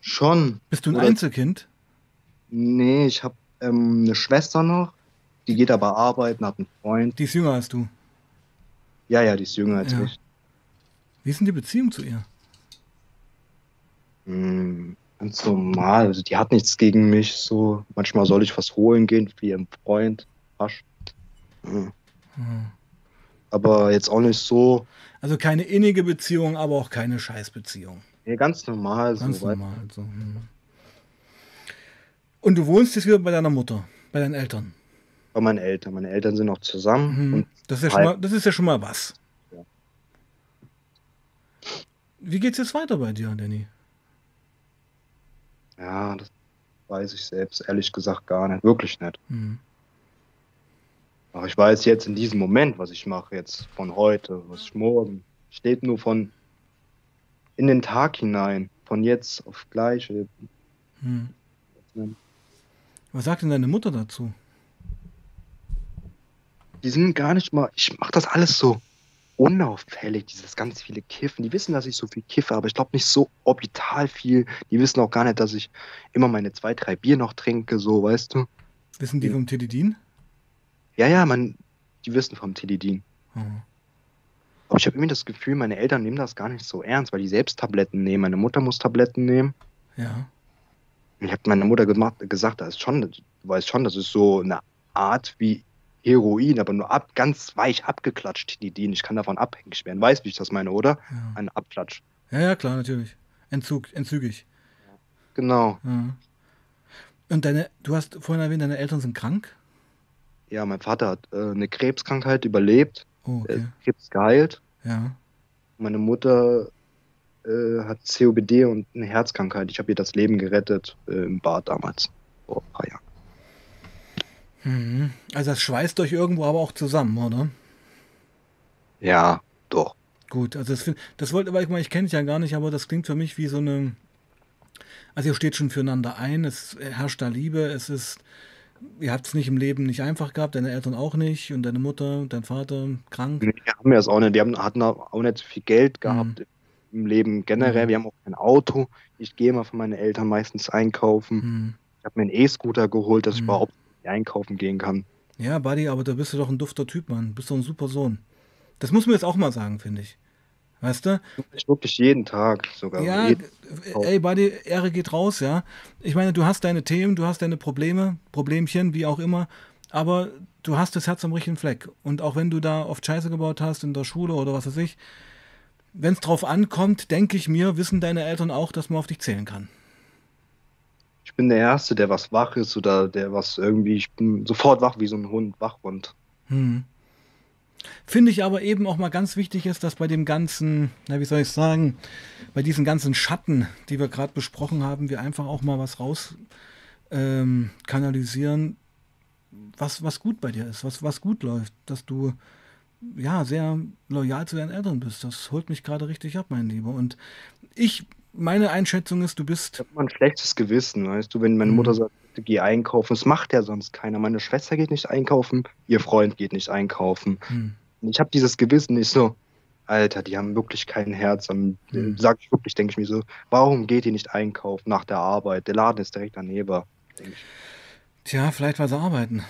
Schon. Bist du ein Oder, Einzelkind? nee, ich habe ähm, eine Schwester noch, die geht aber arbeiten, hat einen Freund. Die ist jünger als du. Ja, ja, die ist jünger als Ja. ich. Wie ist denn die Beziehung zu ihr? Hm, ganz normal. Also die hat nichts gegen mich. So, manchmal soll ich was holen gehen für ihren Freund. Rasch. Hm. Aber jetzt auch nicht so. Also keine innige Beziehung, aber auch keine Scheißbeziehung. Nee, ganz normal so, Ganz weil normal. So. hm. Und du wohnst jetzt wieder bei deiner Mutter, bei deinen Eltern. bei meinen Eltern. Meine Eltern sind noch zusammen Hm. und Das ist ja schon halb. mal, das ist ja schon mal was. Wie geht's jetzt weiter bei dir, Danny? Ja, das weiß ich selbst ehrlich gesagt gar nicht. Wirklich nicht. Hm. Aber ich weiß jetzt in diesem Moment, was ich mache, jetzt von heute, was ich morgen. Steht nur von in den Tag hinein. Von jetzt auf gleich. Hm. Was sagt denn deine Mutter dazu? Die sind gar nicht mal. Ich mache das alles so unauffällig, dieses ganz viele Kiffen. Die wissen, dass ich so viel kiffe, aber ich glaube nicht so orbital viel. Die wissen auch gar nicht, dass ich immer meine zwei, drei Bier noch trinke, so, weißt du? Wissen die vom Tilidin? Ja, ja, man, die wissen vom Tilidin. Hm. Aber ich habe irgendwie das Gefühl, meine Eltern nehmen das gar nicht so ernst, weil die selbst Tabletten nehmen. Meine Mutter muss Tabletten nehmen. Ja. Und ich habe meiner Mutter gemacht, gesagt, das ist schon, du weißt schon, das ist so eine Art wie Heroin, aber nur ab, ganz weich abgeklatscht, Tilidin. Ich kann davon abhängig werden. Weißt du, wie ich das meine, oder? Ja, Ein Abklatsch. ja, ja klar, natürlich. Entzug, entzügig. Genau. Ja. Und deine, du hast vorhin erwähnt, deine Eltern sind krank? Ja, mein Vater hat äh, eine Krebskrankheit überlebt, Oh, er okay. ist Krebs geheilt. Ja. Meine Mutter äh, hat C O P D und eine Herzkrankheit. Ich habe ihr das Leben gerettet äh, im Bad damals, vor ein paar Jahren. Mhm. Also das schweißt euch irgendwo aber auch zusammen, oder? Ja, doch. Gut, also das, find- das wollte, aber ich meine, ich kenne dich ja gar nicht, aber das klingt für mich wie so eine, also ihr steht schon füreinander ein, es herrscht da Liebe, es ist, ihr habt es nicht im Leben nicht einfach gehabt, deine Eltern auch nicht und deine Mutter und dein Vater krank. Nee, wir haben ja das auch nicht. Wir haben, hatten auch nicht so viel Geld Hm. gehabt im Leben generell. Hm. Wir haben auch kein Auto. Ich gehe mal von meinen Eltern meistens einkaufen. Hm. Ich habe mir einen E-Scooter geholt, dass ich Hm. überhaupt einkaufen gehen kann. Ja, Buddy, aber da bist du doch ein dufter Typ, Mann. Bist doch ein super Sohn. Das muss man jetzt auch mal sagen, finde ich. Weißt du? Ich wirklich jeden Tag sogar. Ja, Jeden g- Tag. ey, Buddy, Ehre geht raus, ja. Ich meine, du hast deine Themen, du hast deine Probleme, Problemchen, wie auch immer, aber du hast das Herz am richtigen Fleck. Und auch wenn du da oft Scheiße gebaut hast in der Schule oder was weiß ich, wenn es drauf ankommt, denke ich mir, wissen deine Eltern auch, dass man auf dich zählen kann. Ich bin der Erste, der was wach ist oder der was irgendwie, ich bin sofort wach wie so ein Hund, Wachhund. Hm. Finde ich aber eben auch mal ganz wichtig ist, dass bei dem ganzen, na wie soll ich sagen, bei diesen ganzen Schatten, die wir gerade besprochen haben, wir einfach auch mal was raus ähm, kanalisieren, was, was gut bei dir ist, was, was gut läuft, dass du ja sehr loyal zu deinen Eltern bist. Das holt mich gerade richtig ab, mein Lieber. Und ich, meine Einschätzung ist, du Ich bist, habe immer ein schlechtes Gewissen, weißt du, wenn meine hm, Mutter sagt, bitte geh einkaufen, das macht ja sonst keiner. Meine Schwester geht nicht einkaufen, ihr Freund geht nicht einkaufen. hm, Und ich habe dieses Gewissen nicht so, Alter, die haben wirklich kein Herz. Dann äh, hm. sag ich wirklich, denke ich mir so, warum geht ihr nicht einkaufen nach der Arbeit? Der Laden ist direkt daneben. Denk ich. Tja, vielleicht weil sie arbeiten.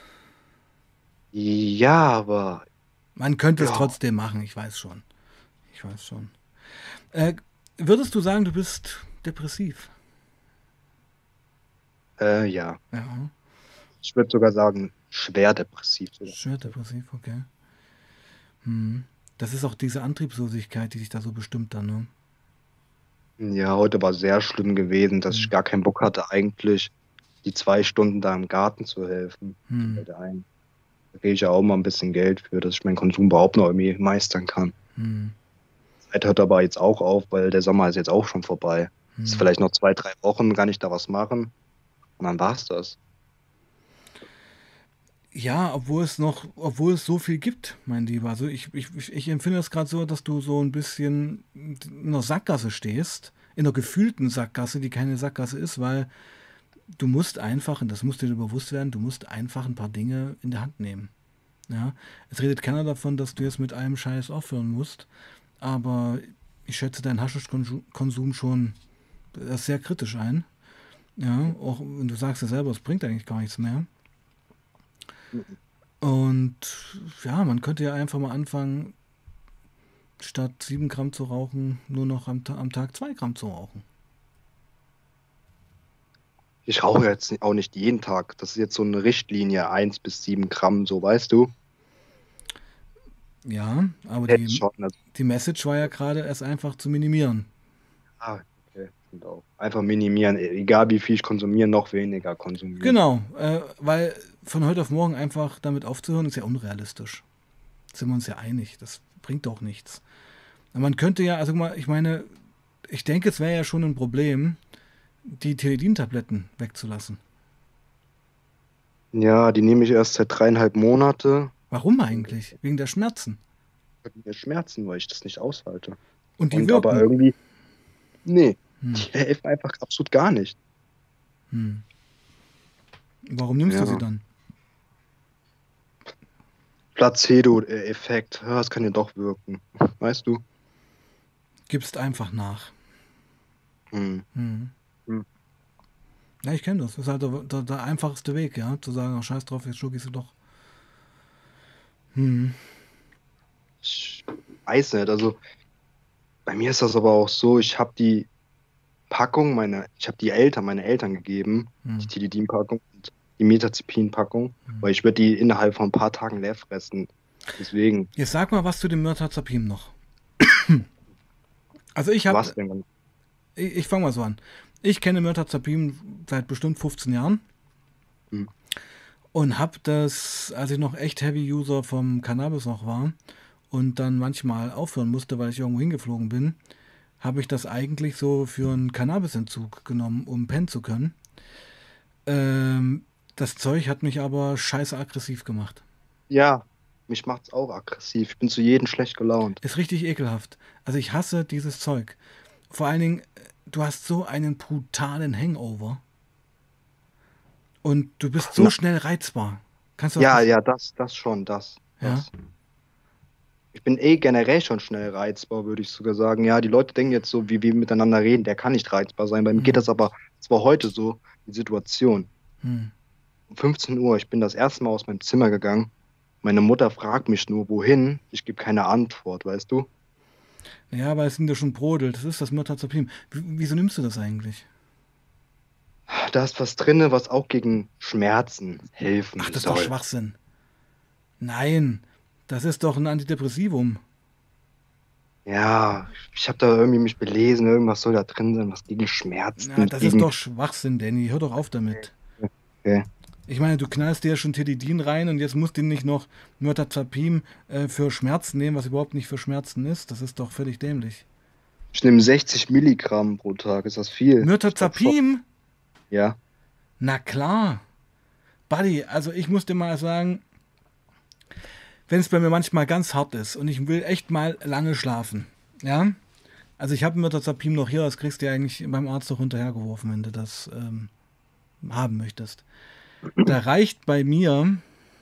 Ja, aber Man könnte es ja, trotzdem machen, ich weiß schon. Ich weiß schon. Äh, würdest du sagen, du bist depressiv? äh, ja. Ja, Ich würde sogar sagen, schwer depressiv sogar. schwer depressiv, okay. Hm. Das ist auch diese Antriebslosigkeit, die dich da so bestimmt dann, ne? Ja, heute war sehr schlimm gewesen, dass Hm. ich gar keinen Bock hatte, eigentlich die zwei Stunden da im Garten zu helfen. Hm. Bei der einen. Da kriege ich ja auch mal ein bisschen Geld für, dass ich meinen Konsum überhaupt noch irgendwie meistern kann. Hm. Zeit hört aber jetzt auch auf, weil der Sommer ist jetzt auch schon vorbei. Ist Hm. vielleicht noch zwei, drei Wochen, kann ich da was machen. Und dann war's das. Ja, obwohl es noch, obwohl es so viel gibt, mein Lieber. Also ich, ich, ich ich empfinde es gerade so, dass du so ein bisschen in einer Sackgasse stehst, in einer gefühlten Sackgasse, die keine Sackgasse ist, weil du musst einfach, und das musst dir bewusst werden, du musst einfach ein paar Dinge in der Hand nehmen. Ja, es redet keiner davon, dass du jetzt mit einem Scheiß aufhören musst, aber ich schätze deinen Haschischkonsum schon das sehr kritisch ein. Ja, auch wenn du sagst ja selber, es bringt eigentlich gar nichts mehr. Und ja, man könnte ja einfach mal anfangen, statt sieben Gramm zu rauchen, nur noch am, am Tag zwei Gramm zu rauchen. Ich rauche jetzt auch nicht jeden Tag. Das ist jetzt so eine Richtlinie, eins bis sieben Gramm, so weißt du. Ja, aber Jetzt die, schon. Also, die Message war ja gerade, es einfach zu minimieren. ah, okay, stimmt auch. Einfach minimieren, egal wie viel ich konsumiere, noch weniger konsumieren. Genau, äh, weil von heute auf morgen einfach damit aufzuhören, ist ja unrealistisch. Sind wir uns ja einig, das bringt doch nichts. Man könnte ja, also mal, ich meine, ich denke, es wäre ja schon ein Problem, die Teledin-Tabletten wegzulassen. Ja, die nehme ich erst seit dreieinhalb Monate. Warum eigentlich? Wegen der Schmerzen. Wegen der Schmerzen, weil ich das nicht aushalte. Und die Und wirken. aber irgendwie, nee, Hm. die helfen einfach absolut gar nicht. Hm. Warum nimmst du Ja. sie dann? Placebo-Effekt, ja, das kann ja doch wirken. Weißt du? Gibst einfach nach. Hm. Hm. Hm. Ja, ich kenne das. Das ist halt der, der, der einfachste Weg, ja. Zu sagen, oh, scheiß drauf, jetzt schluck ich sie doch. Hm. Ich weiß nicht, also bei mir ist das aber auch so, ich habe die Packung, meine, ich habe die Eltern, meine Eltern gegeben, Hm. die Tilidin-Packung und die Mirtazapin-Packung, Hm. weil ich würde die innerhalb von ein paar Tagen leer fressen. Deswegen, Jetzt sag mal was zu dem Mirtazapin noch. Also ich habe, was denn? dann? ich, ich fange mal so an. Ich kenne Mirtazapin seit bestimmt fünfzehn Jahren. Hm. Und habe das, als ich noch echt Heavy-User vom Cannabis noch war und dann manchmal aufhören musste, weil ich irgendwo hingeflogen bin, habe ich das eigentlich so für einen Cannabisentzug genommen, um pennen zu können. Ähm, das Zeug hat mich aber scheiße aggressiv gemacht. Ja, mich macht's auch aggressiv. Ich bin zu jedem schlecht gelaunt. Ist richtig ekelhaft. Also ich hasse dieses Zeug. Vor allen Dingen, du hast so einen brutalen Hangover. Und du bist so Na. schnell reizbar. Kannst du das Ja, nicht- ja, das, das schon, das, Ja. das. Ich bin eh generell schon schnell reizbar, würde ich sogar sagen. Ja, die Leute denken jetzt so, wie wir miteinander reden, der kann nicht reizbar sein. Bei mir Hm. geht das aber, es war heute so, die Situation. Hm. Um fünfzehn Uhr, ich bin das erste Mal aus meinem Zimmer gegangen. Meine Mutter fragt mich nur, wohin. Ich gebe keine Antwort, weißt du? Ja, weil es sind ja schon brodelt. Das ist das Mirtazapin. W- Wieso nimmst du das eigentlich? Da ist was drin, was auch gegen Schmerzen helfen Ach, das ist doch soll. Schwachsinn. Nein, das ist doch ein Antidepressivum. Ja, ich habe da irgendwie mich belesen, irgendwas soll da drin sein, was gegen Schmerzen, Ja, das gegen... ist doch Schwachsinn, Danny. Hör doch auf damit. Okay. Ich meine, du knallst dir ja schon Tilidin rein und jetzt musst du nicht noch Mirtazapin äh, für Schmerzen nehmen, was überhaupt nicht für Schmerzen ist. Das ist doch völlig dämlich. Ich nehme sechzig Milligramm pro Tag, ist das viel? Mirtazapin? Ja. Na klar. Buddy, also ich muss dir mal sagen, wenn es bei mir manchmal ganz hart ist und ich will echt mal lange schlafen, ja, also ich habe Mirtazapin noch hier, das kriegst du ja eigentlich beim Arzt doch hinterhergeworfen, wenn du das ähm, haben möchtest. Da reicht bei mir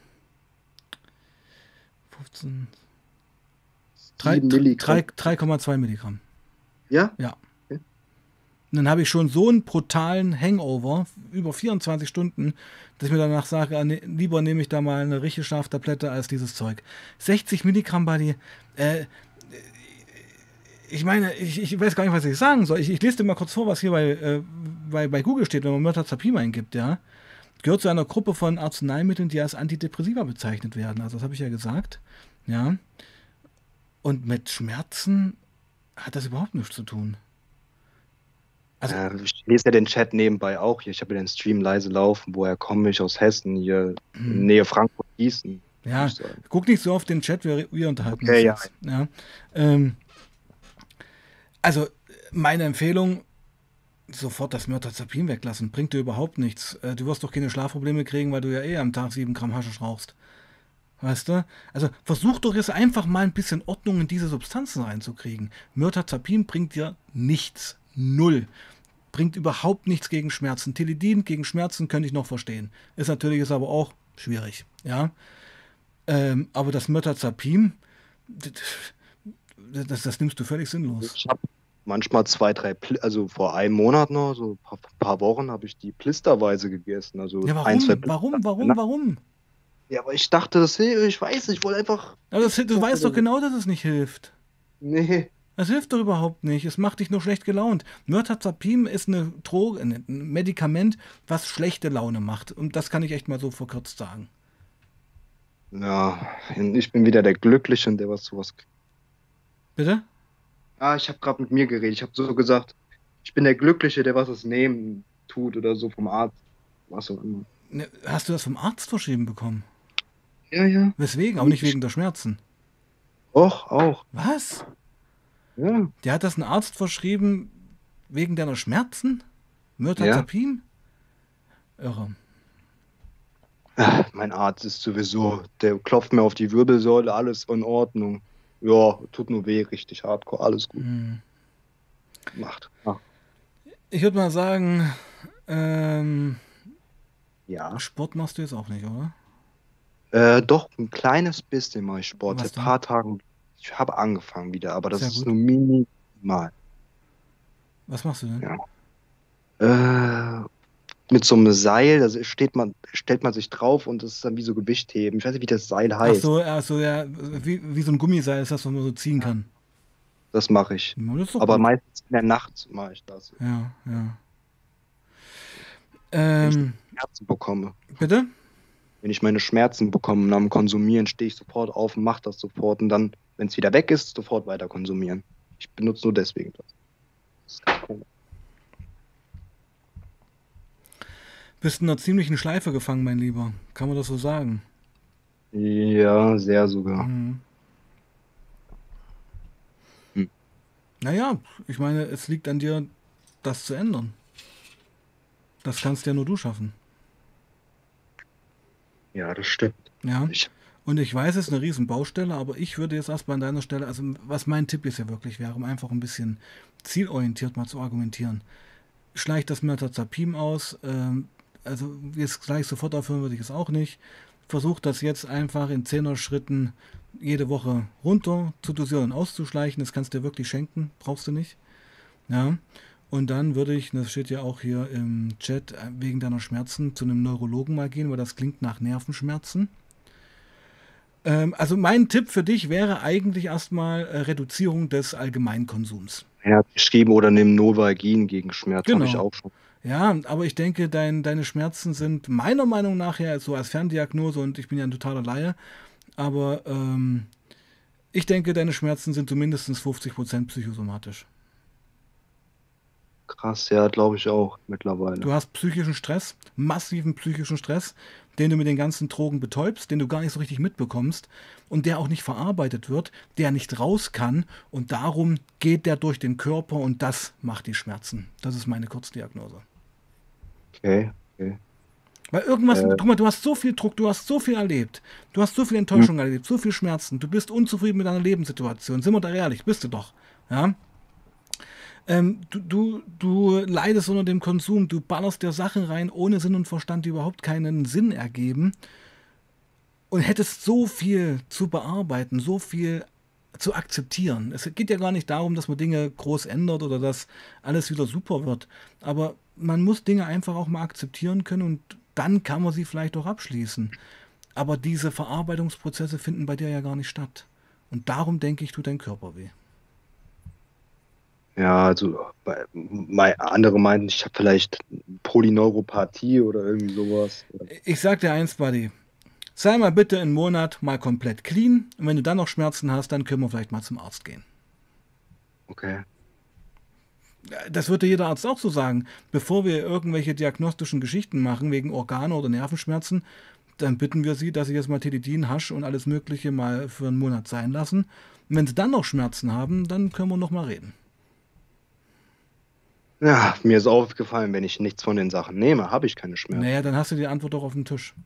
fünfzehn, drei- Sieben Milligramm. drei- drei Komma zwei Milligramm. Ja? Ja. Okay. Und dann habe ich schon so einen brutalen Hangover, über vierundzwanzig Stunden, dass ich mir danach sage, ah, ne, lieber nehme ich da mal eine richtige Schlaftablette als dieses Zeug. sechzig Milligramm Buddy, äh, ich meine, ich, ich weiß gar nicht, was ich sagen soll. Ich, ich lese dir mal kurz vor, was hier bei, äh, bei, bei Google steht, wenn man Mirtazapin eingibt, ja. Gehört zu einer Gruppe von Arzneimitteln, die als Antidepressiva bezeichnet werden. Also das habe ich ja gesagt, ja. Und mit Schmerzen hat das überhaupt nichts zu tun. Also, Äh, ich lese ja den Chat nebenbei auch hier. Ich habe ja den Stream leise laufen. Woher komme ich? Aus Hessen, hier in Nähe Frankfurt-Gießen. ja, muss ich sagen. guck nicht so auf den Chat, wir, wir unterhalten Okay, uns jetzt. Ja. Ähm, also, meine Empfehlung, sofort das Mirtazapin weglassen. Bringt dir überhaupt nichts. Äh, Du wirst doch keine Schlafprobleme kriegen, weil du ja eh am Tag sieben Gramm Haschisch rauchst. Weißt du? Also versuch doch jetzt einfach mal ein bisschen Ordnung in diese Substanzen reinzukriegen. Mirtazapin bringt dir nichts. Null. Bringt überhaupt nichts gegen Schmerzen. Tilidin gegen Schmerzen könnte ich noch verstehen. Ist natürlich jetzt aber auch schwierig. Ja. Ähm, aber das Mirtazapin, das, das, das nimmst du völlig sinnlos. Ich habe manchmal zwei, drei, Pl also vor einem Monat noch, so ein paar, paar Wochen habe ich die blisterweise gegessen. Also Ja, ein, zwei warum? Blister. Warum? Warum? Warum? Ja, aber ich dachte, das hilft. Ich weiß nicht, ich wollte einfach Aber das, nicht du so weißt doch viele. genau, dass es nicht hilft. Nee. Das hilft doch überhaupt nicht. Es macht dich nur schlecht gelaunt. Mirtazapin ist eine Droge, ein Medikament, was schlechte Laune macht. Und das kann ich echt mal so verkürzt sagen. Ja, ich bin wieder der Glückliche, der was sowas kriegt. Bitte? Ah, ich habe gerade mit mir geredet. Ich habe so gesagt, ich bin der Glückliche, der was es nehmen tut oder so vom Arzt. Was auch immer. Ne, hast du das vom Arzt verschrieben bekommen? Ja, ja. Weswegen? Aber Gut. nicht wegen der Schmerzen. Doch, auch. Was? Ja. Der hat das ein Arzt verschrieben wegen deiner Schmerzen? Ja. Mirtazapin? Irre. Ah, mein Arzt ist sowieso, der klopft mir auf die Wirbelsäule, alles in Ordnung. Ja, tut nur weh, richtig hardcore, alles gut. Hm. Macht. Ah. Ich würde mal sagen, ähm, Ja. Sport machst du jetzt auch nicht, oder? Äh, doch, ein kleines bisschen mache ich Sport. Was Seit ein denn? paar Tagen. Ich habe angefangen wieder, aber das Sehr ist gut. nur minimal. Was machst du denn? Ja. Äh, mit so einem Seil, da steht man, stellt man sich drauf und das ist dann wie so Gewichtheben. Ich weiß nicht, wie das Seil Ach heißt. so, also ja, wie, wie so ein Gummiseil ist das, was man so ziehen kann. Das mache ich. Ja, das ist doch Aber gut. meistens in der Nacht mache ich das. Ja, ja. Wenn ich Ähm, Schmerzen bekomme. bitte? Wenn ich meine Schmerzen bekomme nach dem Konsumieren, stehe ich sofort auf und mache das sofort. Und dann, wenn es wieder weg ist, sofort weiter konsumieren. Ich benutze nur deswegen das. Das ist ganz komisch. Bist in einer ziemlichen Schleife gefangen, mein Lieber. Kann man das so sagen? Ja, sehr sogar. Mhm. Hm. Naja, ich meine, es liegt an dir, das zu ändern. Das kannst ja nur du schaffen. Ja, das stimmt. Ja. Ich, Und ich weiß, es ist eine riesen Baustelle, aber ich würde jetzt erstmal an deiner Stelle, also was mein Tipp jetzt ja wirklich wäre, um einfach ein bisschen zielorientiert mal zu argumentieren. Schleicht das Mirtazapin aus, ähm, also jetzt gleich sofort aufhören würde ich es auch nicht. Versucht das jetzt einfach in Zehner-Schritten jede Woche runter zu dosieren und auszuschleichen. Das kannst du dir wirklich schenken, brauchst du nicht. Ja. Und dann würde ich, das steht ja auch hier im Chat, äh, wegen deiner Schmerzen zu einem Neurologen mal gehen, weil das klingt nach Nervenschmerzen. Ähm, also mein Tipp für dich wäre eigentlich erstmal äh, Reduzierung des Allgemeinkonsums. er hat geschrieben, oder nimm Novalgin gegen Schmerz. Habe ich Genau. auch schon. Ja, aber ich denke, dein, deine Schmerzen sind meiner Meinung nach ja so als Ferndiagnose, und ich bin ja ein totaler Laie, aber ähm, ich denke, deine Schmerzen sind so mindestens fünfzig Prozent psychosomatisch. Krass, ja, glaube ich auch mittlerweile. Du hast psychischen Stress, massiven psychischen Stress, den du mit den ganzen Drogen betäubst, den du gar nicht so richtig mitbekommst und der auch nicht verarbeitet wird, der nicht raus kann, und darum geht der durch den Körper und das macht die Schmerzen. Das ist meine Kurzdiagnose. Okay, okay. Weil irgendwas, Äh, guck mal, du hast so viel Druck, du hast so viel erlebt, du hast so viel hm, Enttäuschung erlebt, so viel Schmerzen, du bist unzufrieden mit deiner Lebenssituation, sind wir da ehrlich, bist du doch. Ja? Ähm, du, du, du leidest unter dem Konsum, du ballerst dir Sachen rein ohne Sinn und Verstand, die überhaupt keinen Sinn ergeben, und hättest so viel zu bearbeiten, so viel zu akzeptieren. Es geht ja gar nicht darum, dass man Dinge groß ändert oder dass alles wieder super wird, aber man muss Dinge einfach auch mal akzeptieren können, und dann kann man sie vielleicht auch abschließen. Aber diese Verarbeitungsprozesse finden bei dir ja gar nicht statt. Und darum denke ich, tut dein Körper weh. ja, also bei, mei- andere meinten, ich habe vielleicht Polyneuropathie oder irgendwie sowas. Oder- Ich sag dir eins, Buddy. Sei mal bitte einen Monat mal komplett clean. Und wenn du dann noch Schmerzen hast, dann können wir vielleicht mal zum Arzt gehen. Okay. Das würde jeder Arzt auch so sagen. Bevor wir irgendwelche diagnostischen Geschichten machen, wegen Organe oder Nervenschmerzen, dann bitten wir Sie, dass Sie jetzt mal Tilidin, Hasch und alles Mögliche mal für einen Monat sein lassen. Und wenn Sie dann noch Schmerzen haben, dann können wir noch mal reden. Ja, mir ist aufgefallen, wenn ich nichts von den Sachen nehme, habe ich keine Schmerzen. Naja, dann hast du die Antwort doch auf dem Tisch.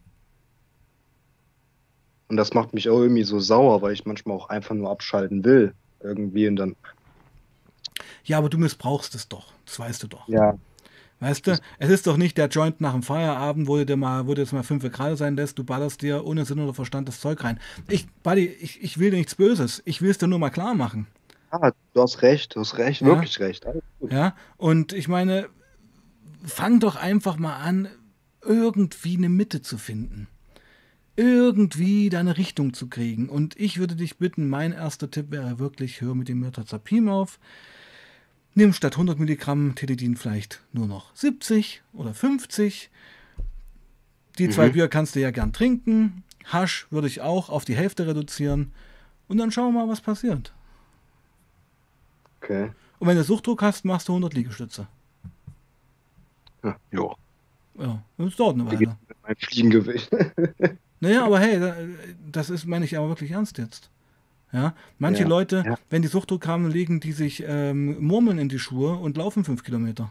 Und das macht mich auch irgendwie so sauer, weil ich manchmal auch einfach nur abschalten will. Irgendwie und dann, Ja, aber du missbrauchst es doch. Das weißt du doch. ja, Weißt du, es ist doch nicht der Joint nach dem Feierabend, wo du dir mal, wo du jetzt mal fünf Grad sein lässt, du ballerst dir ohne Sinn oder Verstand das Zeug rein. Ich, Buddy, ich, ich will dir nichts Böses. Ich will es dir nur mal klar machen. Ah, du hast recht, du hast recht, Ja, wirklich recht. Alles gut. ja. Und ich meine, fang doch einfach mal an, irgendwie eine Mitte zu finden. Irgendwie deine Richtung zu kriegen. Und ich würde dich bitten, mein erster Tipp wäre wirklich, hör mit dem Mirtazapin auf. Nimm statt hundert Milligramm Tilidin vielleicht nur noch siebzig oder fünfzig. Die zwei Mhm. Bier kannst du ja gern trinken. Hasch würde ich auch auf die Hälfte reduzieren. Und dann schauen wir mal, was passiert. Okay. Und wenn du Suchtdruck hast, machst du hundert Liegestütze. Ja, jo. Ja, das dauert eine Wie geht's Weile. mit meinem Fliegengewicht? Naja, aber hey, das ist, meine ich aber wirklich ernst jetzt. Ja, manche Ja, Leute, ja. wenn die Suchtdruck haben, legen die sich ähm, Murmeln in die Schuhe und laufen fünf Kilometer.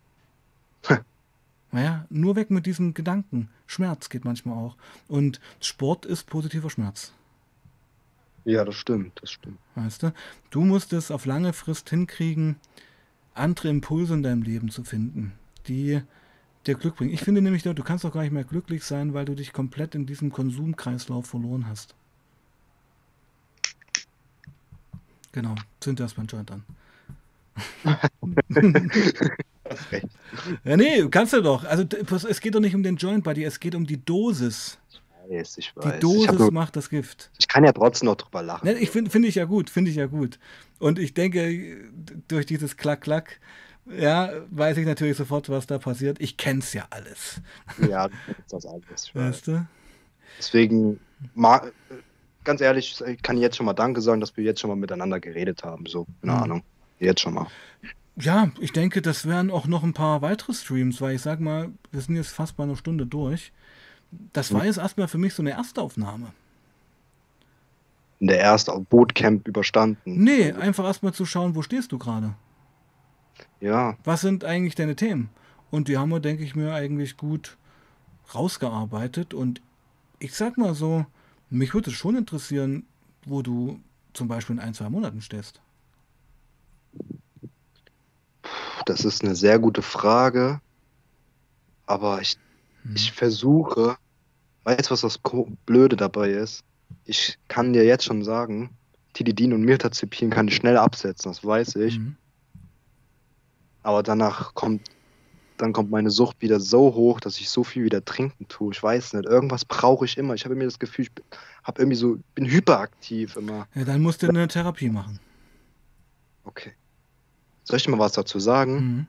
Naja, nur weg mit diesen Gedanken. Schmerz geht manchmal auch. Und Sport ist positiver Schmerz. Ja, das stimmt, das stimmt. Weißt du? Du musst es auf lange Frist hinkriegen, andere Impulse in deinem Leben zu finden, die dir Glück bringen. Ich finde nämlich, du kannst auch gar nicht mehr glücklich sein, weil du dich komplett in diesem Konsumkreislauf verloren hast. Genau, zünd erstmal einen Joint an. Hast recht. Ja, nee, kannst du doch. Also es geht doch nicht um den Joint bei dir, es geht um die Dosis. Ich weiß, ich Die weiß. Ich, hab Dosis nur, macht das Gift. ich kann ja trotzdem noch drüber lachen. Ne, ich finde finde ich ja gut, finde ich ja gut. Und ich denke, durch dieses Klack-Klack, ja, weiß ich natürlich sofort, was da passiert. Ich kenn's ja alles. Ja, du kennst das alles. Ich weiß. Weißt du? Deswegen, ma, ganz ehrlich, ich kann jetzt schon mal Danke sagen, dass wir jetzt schon mal miteinander geredet haben. So, keine Hm. Ahnung. Jetzt schon mal. Ja, ich denke, das wären auch noch ein paar weitere Streams, weil ich sag mal, wir sind jetzt fast bei einer Stunde durch. Das war jetzt erstmal für mich so eine Erstaufnahme. In der ersten Bootcamp überstanden. Nee, einfach erstmal zu schauen, wo stehst du gerade? Ja, Was sind eigentlich deine Themen? Und die haben wir, denke ich mir, eigentlich gut rausgearbeitet. Und ich sag mal so, mich würde es schon interessieren, wo du zum Beispiel in ein, zwei Monaten stehst. das ist eine sehr gute Frage. Aber ich, ich versuche, weißt du, was das Ko- Blöde dabei ist? Ich kann dir jetzt schon sagen, Tilidin und Mirtazapin kann ich schnell absetzen, das weiß ich. Mhm. Aber danach kommt, dann kommt meine Sucht wieder so hoch, dass ich so viel wieder trinken tue. Ich weiß nicht, irgendwas brauche ich immer. Ich habe mir das Gefühl, ich bin, hab irgendwie so, bin hyperaktiv immer. Ja, dann musst du eine Therapie machen. Okay. Soll ich dir mal was dazu sagen? Mhm.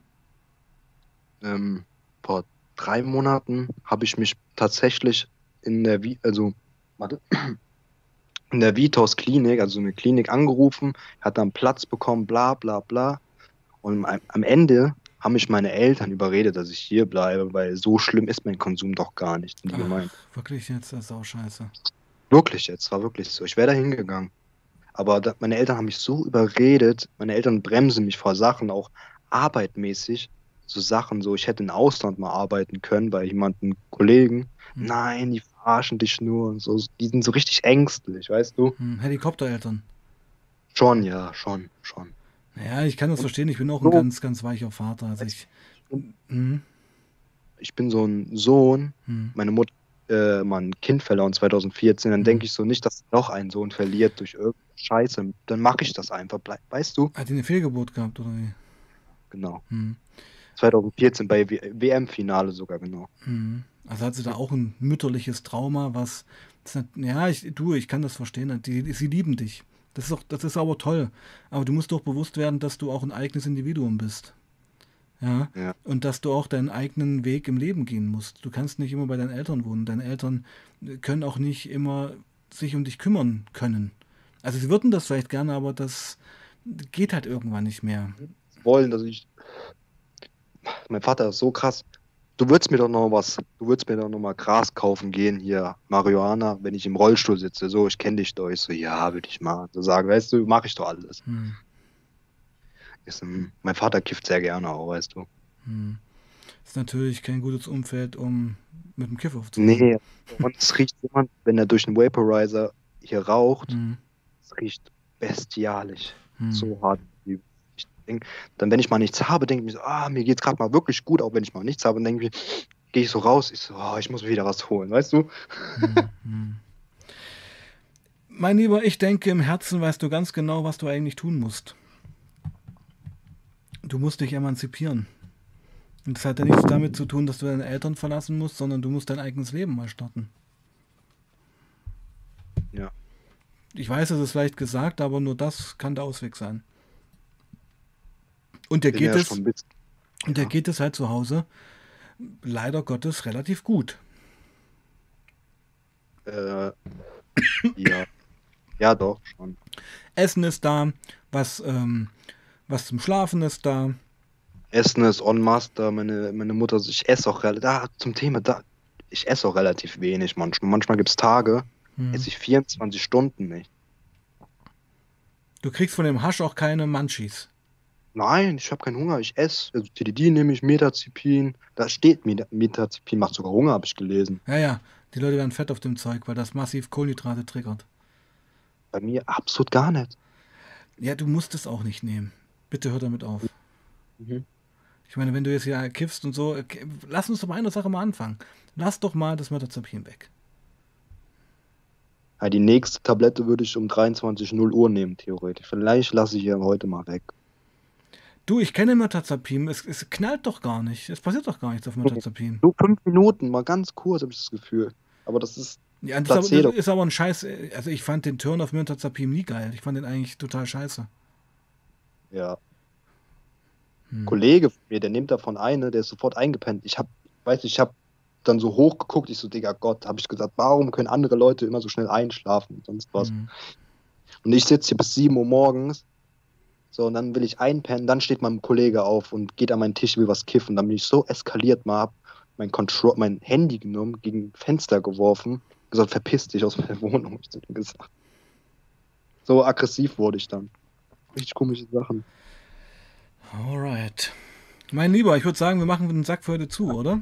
Ähm, vor drei Monaten habe ich mich tatsächlich in der, Vi also, warte, in der Vitos Klinik, also eine Klinik angerufen, hat dann Platz bekommen, bla bla bla. Und am, am Ende haben mich meine Eltern überredet, dass ich hier bleibe, weil so schlimm ist mein Konsum doch gar nicht. Und die gemeint, Ach, wirklich jetzt, das ist auch scheiße. wirklich jetzt, war wirklich so. Ich wäre da hingegangen. Aber da, meine Eltern haben mich so überredet, meine Eltern bremsen mich vor Sachen, auch arbeitmäßig. So Sachen, so ich hätte im Ausland mal arbeiten können bei jemandem, Kollegen. Hm. Nein, die verarschen dich nur und so. Die sind so richtig ängstlich, weißt du? Hm. Helikoptereltern. Schon, ja, schon, schon. Naja, ich kann das Und verstehen. Ich bin auch ein so, ganz, ganz weicher Vater. Also ich. und Hm. ich bin so ein Sohn, Hm. meine Mutter äh, mal ein Kind verloren zwanzig vierzehn, dann Hm. denke ich so nicht, dass noch einen Sohn verliert durch irgendeine Scheiße. Dann mache ich das einfach, bleib, weißt du? Hat die eine Fehlgeburt gehabt, oder wie? Genau. Hm. zwanzig vierzehn bei W M-Finale sogar, genau. Hm. Also hat sie da auch ein mütterliches Trauma, was. Das ist nicht, ja, ich, du, ich kann das verstehen. Die, sie lieben dich. Das ist, auch, das ist aber toll. Aber du musst doch bewusst werden, dass du auch ein eigenes Individuum bist. Ja. Ja. Und dass du auch deinen eigenen Weg im Leben gehen musst. Du kannst nicht immer bei deinen Eltern wohnen. Deine Eltern können auch nicht immer sich um dich kümmern können. Also sie würden das vielleicht gerne, aber das geht halt irgendwann nicht mehr. Wollen, dass ich. Mein Vater ist so krass. Du würdest mir doch noch was, du würdest mir doch noch mal Gras kaufen gehen hier, Marihuana, wenn ich im Rollstuhl sitze. So, ich kenne dich doch. Ich so, ja, würde ich mal. So sagen, weißt du, mache ich doch alles. Hm. Ich so, hm, mein Vater kifft sehr gerne auch, weißt du. Hm. Ist natürlich kein gutes Umfeld, um mit dem Kiff aufzunehmen. Nee, und es riecht jemand, wenn er durch einen Vaporizer hier raucht, Hm. es riecht bestialisch. Hm. So hart. Ich denk, dann, wenn ich mal nichts habe, denke ich mir so, ah, mir geht's gerade mal wirklich gut, auch wenn ich mal nichts habe, dann denke ich, gehe ich so raus, ich so, oh, ich muss mir wieder was holen, weißt du? Hm. Hm. Mein Lieber, ich denke, im Herzen weißt du ganz genau, was du eigentlich tun musst. Du musst dich emanzipieren. Und das hat ja nichts damit zu tun, dass du deine Eltern verlassen musst, sondern du musst dein eigenes Leben mal starten. Ja. Ich weiß, es ist leicht gesagt, aber nur das kann der Ausweg sein. Und der Bin geht ja es, schon ein bisschen. und der Ja. geht es halt zu Hause leider Gottes relativ gut. Äh, ja. Ja, doch, schon. Essen ist da, was, ähm, was zum Schlafen ist da. Essen ist on master. Meine, meine Mutter, ich esse auch relativ, da, zum Thema, da, ich esse auch relativ wenig manchmal. Manchmal gibt es Tage, Hm. esse ich vierundzwanzig Stunden nicht. Du kriegst von dem Hasch auch keine Munchies. Nein, ich habe keinen Hunger, ich esse. Also T D D nehme ich, Metazepin. Da steht, Met- Metazepin macht sogar Hunger, habe ich gelesen. Ja, ja, die Leute werden fett auf dem Zeug, weil das massiv Kohlenhydrate triggert. Bei mir absolut gar nicht. Ja, du musst es auch nicht nehmen. Bitte hör damit auf. Mhm. Ich meine, wenn du jetzt hier kiffst und so, okay, lass uns doch bei einer Sache mal anfangen. Lass doch mal das Metazepin weg. Ja, die nächste Tablette würde ich um dreiundzwanzig null Uhr nehmen, theoretisch. Vielleicht lasse ich hier heute mal weg. Du, ich kenne Metazepin, es, es knallt doch gar nicht. Es passiert doch gar nichts auf Metazepin. Nur fünf Minuten, mal ganz kurz, habe ich das Gefühl. Aber das ist Ja, das, ist aber, Placebo. das ist aber ein Scheiß. Also ich fand den Turn auf Metazepin nie geil. Ich fand den eigentlich total scheiße. Ja. Hm. Kollege von mir, der nimmt davon eine, der ist sofort eingepennt. Ich hab, weiß nicht, ich habe dann so hochgeguckt, ich so, Digga Gott, habe ich gesagt, warum können andere Leute immer so schnell einschlafen und sonst was. Hm. Und ich sitze hier bis sieben Uhr morgens, so, und dann will ich einpennen, dann steht mein Kollege auf und geht an meinen Tisch, will was kiffen. Dann bin ich so eskaliert mal, hab mein, Control, mein Handy genommen, gegen ein Fenster geworfen, gesagt, verpiss dich aus meiner Wohnung, hab ich zu dem gesagt. So aggressiv wurde ich dann. Richtig komische Sachen. Alright. Mein Lieber, ich würde sagen, wir machen den Sack für heute zu, oder?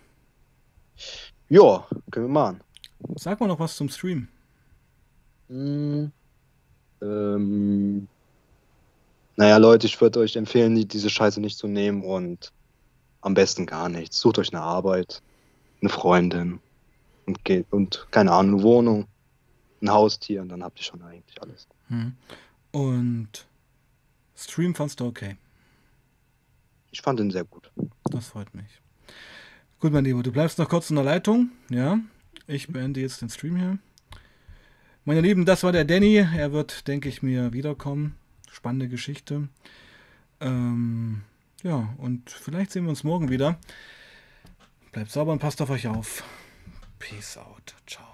Ja, können wir machen. Sag mal noch was zum Stream. Hm, ähm, naja, Leute, ich würde euch empfehlen, die, diese Scheiße nicht zu nehmen und am besten gar nichts. Sucht euch eine Arbeit, eine Freundin und geht und keine Ahnung, eine Wohnung, ein Haustier und dann habt ihr schon eigentlich alles. Hm. Und Stream fandst du okay? Ich fand ihn sehr gut. Das freut mich. Gut, mein Lieber, du bleibst noch kurz in der Leitung. Ja, ich beende jetzt den Stream hier. Meine Lieben, das war der Danny. Er wird, denke ich mir, wiederkommen. Spannende Geschichte. Ähm, ja, und vielleicht sehen wir uns morgen wieder. Bleibt sauber und passt auf euch auf. Peace out. Ciao.